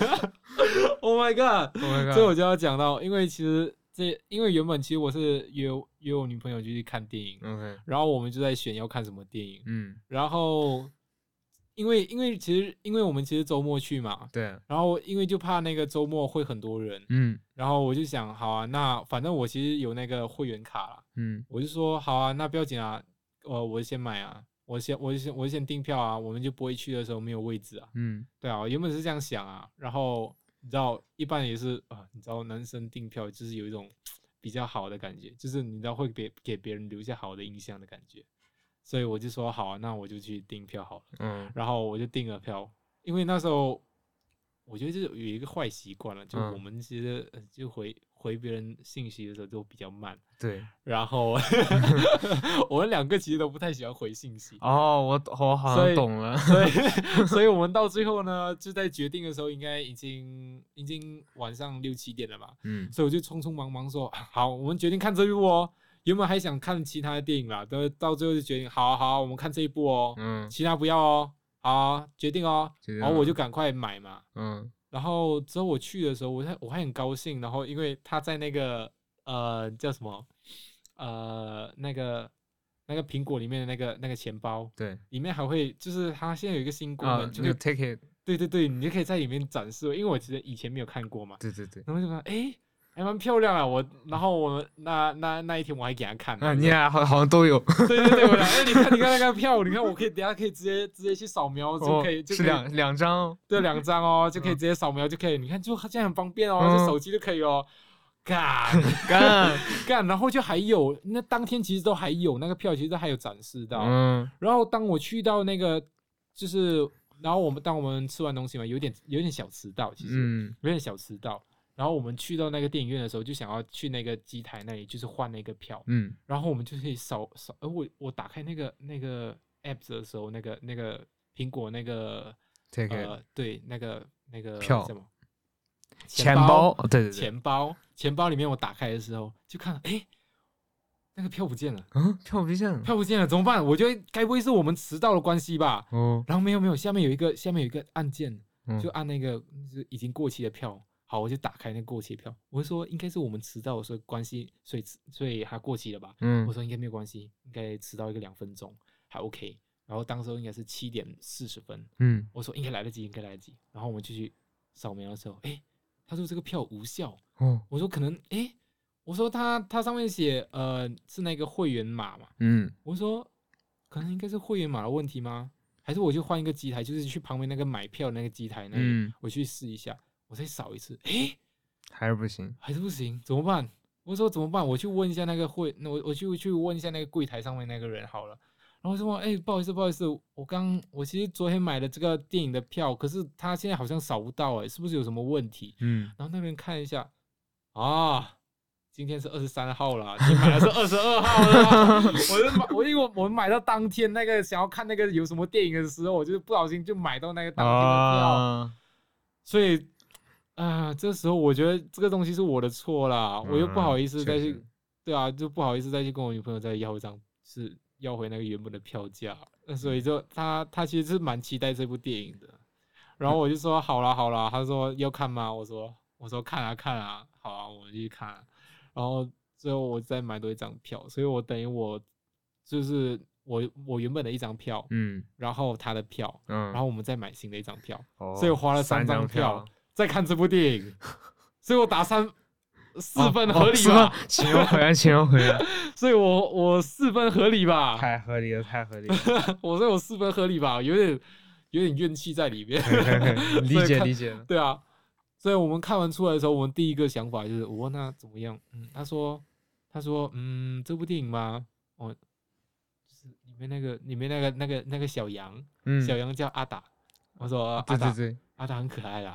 ？Oh my god！ ？Oh my god！ 这我就要讲到，因为其实这，因为原本其实我是约约我女朋友就去看电影， OK， 然后我们就在选要看什么电影， 嗯， 然后因为因为其实因为我们其实周末去嘛， 对， 然后因为就怕那个周末会很多人， 嗯然后我就想，好啊，那反正我其实有那个会员卡啦， 嗯我就说好啊，那不要紧啊，呃，我先买啊，我先我先我先订票啊，我们就不会去的时候没有位置啊， 嗯对啊，我原本是这样想啊，然后你知道，一般也是啊，你知道男生订票就是有一种比较好的感觉，就是你知道会给给别人留下好的印象的感觉，所以我就说好啊，那我就去订票好了， 嗯然后我就订了票，因为那时候我觉得就是有一个坏习惯了，就嗯我们其实呃就回回别人信息的时候都比较慢， 对。 然后我们两个其实都不太喜欢回信息， 哦，我我好所以像懂了。 所以所以我们到最后呢，就在决定的时候，应该已经已经晚上六七点了吧， 嗯所以我就匆匆忙忙说，好，我们决定看这一部哦。原本还想看其他的电影啦，到到最后就决定，好啊好啊，我们看这一部哦， 嗯其他不要哦，好啊，决定哦， 决定然后我了就赶快买嘛。 嗯然后之后我去的时候，我还我还很高兴，然后因为他在那个呃叫什么呃那个那个苹果里面的那个那个钱包对里面还会就是它现在有一个新功啊， 能，就那个可以 take it， 对对对，你就可以在里面展示，因为我其实以前没有看过嘛， 对对对。 然后就看哎还蛮漂亮啊，我然后我那那那一天我还给他看， 啊，你俩好好像都有。 对对对，我讲哎你看你看那个票，你看我可以等下可以直接直接去扫描就哦可以，就是可以两两张哦。 对，两张哦，就可以嗯直接扫描就可以。你看，就这样很方便哦， 嗯就手机就可以哦。干干。 干，然后就还有，那当天其实都还有那个票，其实都还有展示到。 嗯然后当我去到那个，就是，然后我们当我们吃完东西嘛，有点有点小迟到，其实、 嗯有点小迟到。然后我们去到那个电影院的时候，就想要去那个机台那里，就是换那个票。 嗯然后我们就可以扫扫，而我我打开那个那个 app 的时候，那个那个苹果那个 ，take it， 呃，对，那个那个票什么钱包，哦对对对， 钱包，钱包里面我打开的时候就看，哎，那个票不见了， 嗯，票不见了。 票不见了，怎么办？我觉得该不会是我们迟到的关系吧？ 哦， 然后没有没有，下面有一个下面有一个按键， 嗯就按那个就是已经过期的票。好，我就打开那个过期的票，我就说应该是我们迟到，所以关系，所以所以它过期了吧？ 嗯我说应该没有关系，应该迟到一个两分钟，还 OK。然后当时候应该是七点四十分， 嗯我说应该来得及，应该来得及。然后我们就去扫描的时候，哎，他说这个票无效。 哦我说可能，哎，我说他他上面写呃是那个会员码嘛， 嗯我说可能应该是会员码的问题吗？还是我就换一个机台，就是去旁边那个买票那个机台那里， 嗯， 我去试一下，我再扫一次，哎， 还是不行。 还是不行，怎么办？我说怎么办？我去问一下那个会，那我我去去问一下那个柜台上面那个人好了。然后说，哎、不好意思，不好意思，我刚我其实昨天买了这个电影的票，可是他现在好像扫不到、哎，是不是有什么问题？ 嗯然后那边看一下，啊，今天是二十三号了，你买的是二十二号了。我就买，我因为我我们买到当天那个想要看那个有什么电影的时候，我就不小心就买到那个当天的票， 啊， 所以啊，这时候我觉得这个东西是我的错啦，我又不好意思再去嗯确实， 对啊，就不好意思再去跟我女朋友再要一张，是要回那个原本的票价，那所以就他他其实是蛮期待这部电影的，然后我就说好啦好啦，他说要看吗？我说我说看啊看啊，好啊，我们去看啊，然后最后我再买多一张票，所以我等于我就是我我原本的一张票， 嗯然后他的票， 嗯， 然后我们再买新的一张票， 哦所以我花了三张张票再看这部电影，所以我打三四分哦合理四吧？ 分情有可原，情有可原， 所以我我四分合理吧？ 太合理了，太合理了， 我说我四分合理吧？有点有点怨气在里面。 可以可以可以理所以看解理解了。 对啊，所以我们看完出来的时候，我们第一个想法就是，我问他怎么样？嗯，他说他说嗯，这部电影吗？哦，就是里面那个里面那个那个那个小羊， 嗯， 小羊叫阿达。我说阿达对对对， 阿达很可爱啦。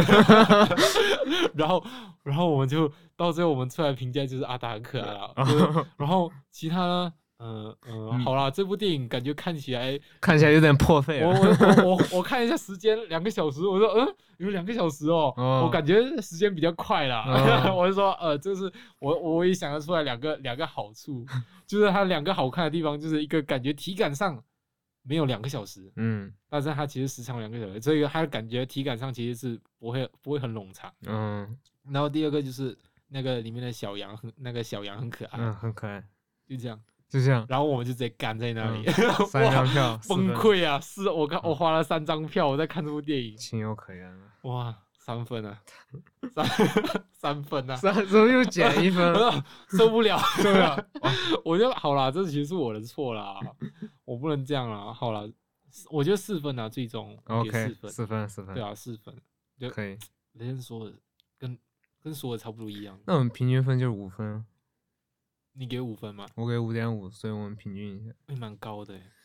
然后然后我们就到最后我们出来评价就是阿达很可爱啦。就是然后其他呢？嗯嗯，好啦，这部电影感觉看起来， 看起来有点破费我了。 我我我我看一下时间，两个小时，我说嗯，有两个小时哦， 哦我感觉时间比较快啦。 哦我就说呃，就是我我也想得出来两个两个好处，就是它两个好看的地方，就是一个感觉体感上没有两个小时， 嗯但是它其实时长两个小时，所以它感觉体感上其实是不会不会很冗长。 嗯然后第二个就是那个里面的小羊很，那个小羊很可爱， 嗯，很可爱， 就这样。 就这样。 然后我们就直接干在那里， 嗯三张票，四崩分， 溃啊！是我看我花了三张票，我在看这部电影， 情有可原了。 哇，三分啊，三三分啊， 三怎么又减一分？ 受不了， 受不了。 我就好啦，这其实是我的错啦，我不能这样啦。好啦，我觉得四分啊，最终我给 OK， 四分， 四分四分， 对啊，四分，就可以。 人家说的跟跟说的差不多一样。 那我们平均分就是五分， 你给五分吗？ 我给五点五，所以我们平均一下。 也蛮高的欸。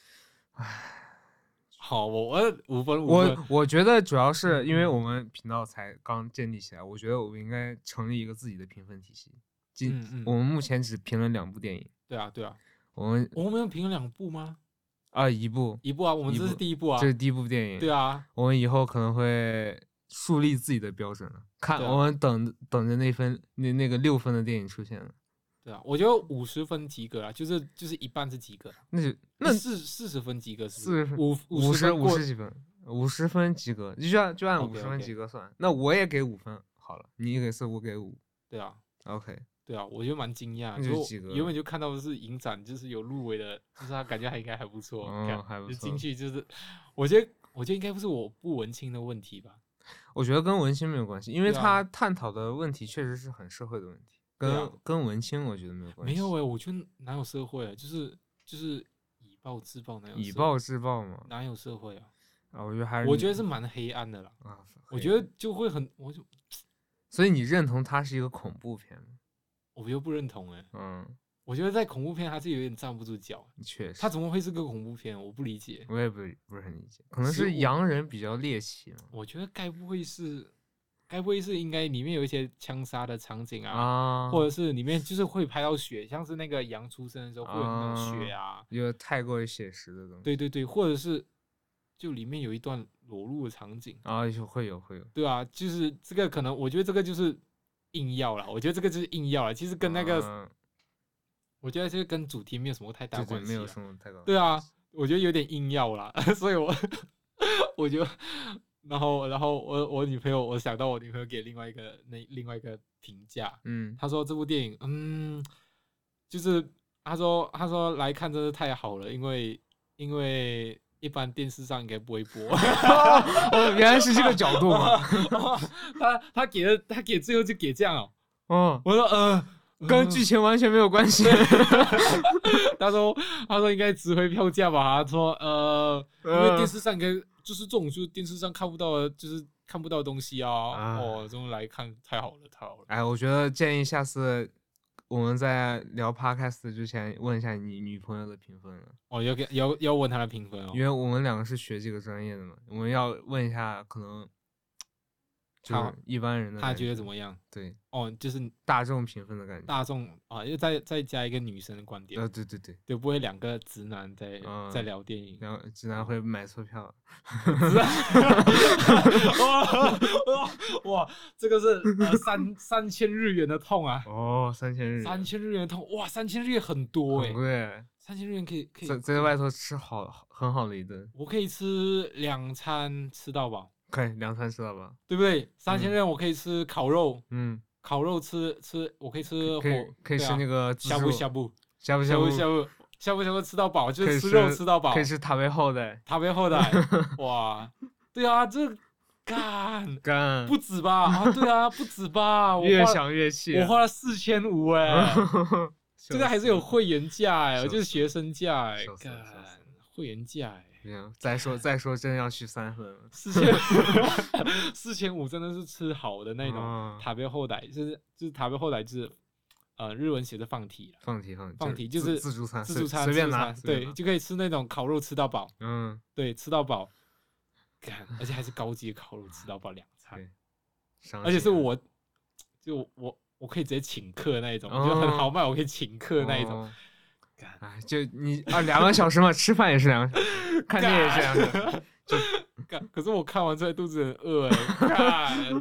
好，我我五分五分我我觉得主要是因为嗯我们频道才刚建立起来，我觉得我们应该成立一个自己的评分体系。今嗯嗯我们目前只评了两部电影， 对啊对啊， 我们我们有评了两部吗？ 啊一部， 一部啊，我们这是一部第一部啊这。是第一部电影。 对啊， 我们以后可能会树立自己的标准了。看， 对啊我们等等着那分那那个六分的电影出现了， 对啊，我觉得五十分及格啊，就是就是一半是及格， 那就那四四十分及格是不四十分是五五十十分过五十几分，五十分及格，就按就按五 OK， 十分 OK 及格算。那我也给五分好了，你给四，我给五对啊 ，OK。 对啊，我觉得蛮惊讶， 那就及格了就原本就看到的是影展，就是有入围的，就是他感觉还应该还不错， 嗯看还不错就进去就是，我觉得我觉得应该不是我不文青的问题吧， 我觉得跟文青没有关系，因为对啊他探讨的问题确实是很社会的问题，跟、 对啊跟文青我觉得没有关系。 没有诶、我觉得哪有社会啊，就是就是以暴制暴哪有社以暴制暴嘛， 哪有社会啊？ 啊，我觉得还是我觉得是蛮黑暗的啦， 啊， 我觉得就会很，我就所以你认同它是一个恐怖片吗？ 我又不认同诶、 嗯， 我觉得在恐怖片它是有点站不住脚， 确实， 它怎么会是个恐怖片？我不理解。 我也不是不是很理解，可能是十五洋人比较猎奇嘛。 我觉得该不会是，该不会是应该里面有一些枪杀的场景啊， 啊， 或者是里面就是会拍到血，像是那个羊出生的时候会有那种血啊， 有太过于写实的东西。 对对对，或者是就里面有一段裸露的场景， 啊，有会有会有， 对啊，就是这个可能我觉得这个就是硬要啦，我觉得这个就是硬要啦，其实跟那个、 嗯我觉得这个跟主题没有什么太大对对， 关系啊， 没有什么太高。 对啊，我觉得有点硬要啦，所以我我就，然后然后我我女朋友，我想到我女朋友给另外一个那另外一个评价， 嗯， 她说这部电影，嗯，就是她说她说来看真是太好了，因为因为一般电视上应该不会播， 哦，原来是这个角度嘛。 她她给的她给最后就给这样哦， 哦， 我说呃。 跟剧情完全没有关系。 他说：“他说应该值回票价吧。”他说：“呃，因为电视上应该就是这种，就是电视上看不到的，就是看不到的东西啊。 啊哦，这种来看太好了，太好了。 哎，我觉得建议下次我们在聊 podcast 之前问一下你女朋友的评分了， 哦，要给要要问他的评分哦因。为我们两个是学这个专业的嘛，我们要问一下可能就是他一般人的他感觉得怎么样？ 对， 哦，就是大众评分的感觉。 大众啊，又再再加一个女生的观点， 呃，对对对， 就不会两个直男在嗯在聊电影。 然后直男会买错票。 直男哇哇，这个是呃三三千日元的痛啊！ 哦，三千日元， 三千日元的痛，哇，三千日元很多哎、 很贵， 三千日元可以可以在在外头吃好很好的一顿， 我可以吃两餐吃到饱， 可以两餐吃到吧？ 对不对？三千日元我可以吃烤肉， 嗯， 烤肉吃吃，我可以吃火， 可以可以对啊吃那个自呷哺助呷哺呷哺呷哺呷呷哺呷哺呷哺吃到饱，就可以是吃肉吃到饱可以，吃塔贝后的， 塔贝后代，哇，对啊，这干干， 不止吧？啊，对啊，不止吧？我越花想越气啊， 我花了四千五哎，这个还是有会。 会员价哎， 笑就是学生价哎笑，死了干笑死了会员价哎。 不行，再说再说，真要去三分了。 四千四千五真的是吃好的那种啊塔贝后代，就是就是塔贝后代就是呃日文写的放题了， 放题放题放题就是自自助餐， 自助餐随便拿， 自助餐随便拿， 对，就可以吃那种烤肉吃到饱， 嗯， 对，吃到饱，干，而且还是高级的烤肉吃到饱两餐对，伤而且心啊是我就我我可以直接请客那一种， 哦就很豪迈，我可以请客那一种， 哦干哎，就你啊，两个小时嘛，吃饭也是两个小时，看电影也是两个小时。 干，可是我看完之后肚子很饿哎，干，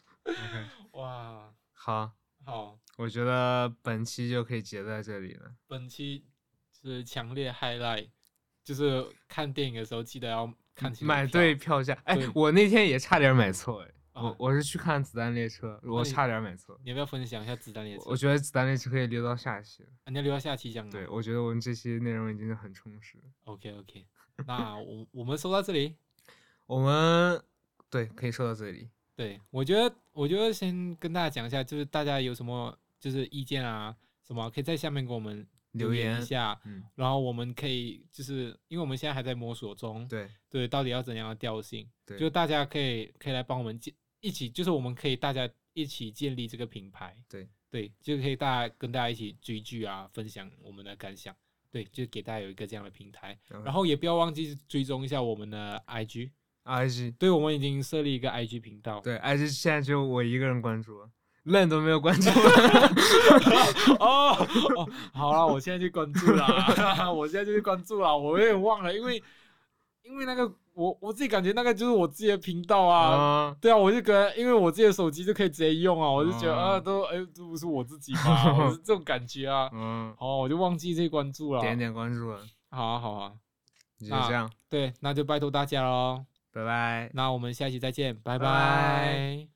OK， 哇， 好， 好。 我觉得本期就可以结在这里了。 本期是强烈 highlight，就是看电影的时候记得要看清楚买票对票价，哎对， 我那天也差点买错，哎， 啊我我是去看《子弹列车》，我你差点买错。 你要不要分享一下子弹列车？ 我觉得《子弹列车》可以留到下期了。 啊你要留到下期讲吗？ 对，我觉得我们这期内容已经很充实了。 ，OK OK，那我我们说到这里， 我们对可以说到这里。 对我觉得我觉得先跟大家讲一下，就是大家有什么就是意见啊什么，可以在下面给我们留言言一下， 嗯， 然后我们可以就是因为我们现在还在摸索中， 对对，到底要怎样的调性， 对， 就大家可以可以来帮我们建一起，就是我们可以大家一起建立这个品牌， 对对，就可以大家跟大家一起追剧啊，分享我们的感想，对，就给大家有一个这样的平台， 嗯然后也不要忘记追踪一下我们的 I G， I G 对，我们已经设立一个 I G 频道， 对 I G 现在只有我一个人关注了，愣都没有关注。 哦哦，好了，我现在去关注啦，我现在就去关注啦，我有点忘了，因为因为那个我我自己感觉那个就是我自己的频道啊。 啊， 对啊，我就觉得，因为我自己的手机就可以直接用啊，我就觉得啊， 嗯都哎，这不是我自己吗？我是这种感觉啊。 嗯， 好，我就忘记这关注了。 点点关注了， 好啊，好啊， 就这样， 对，那就拜托大家喽。 拜拜。 那我们下期再见，拜拜拜拜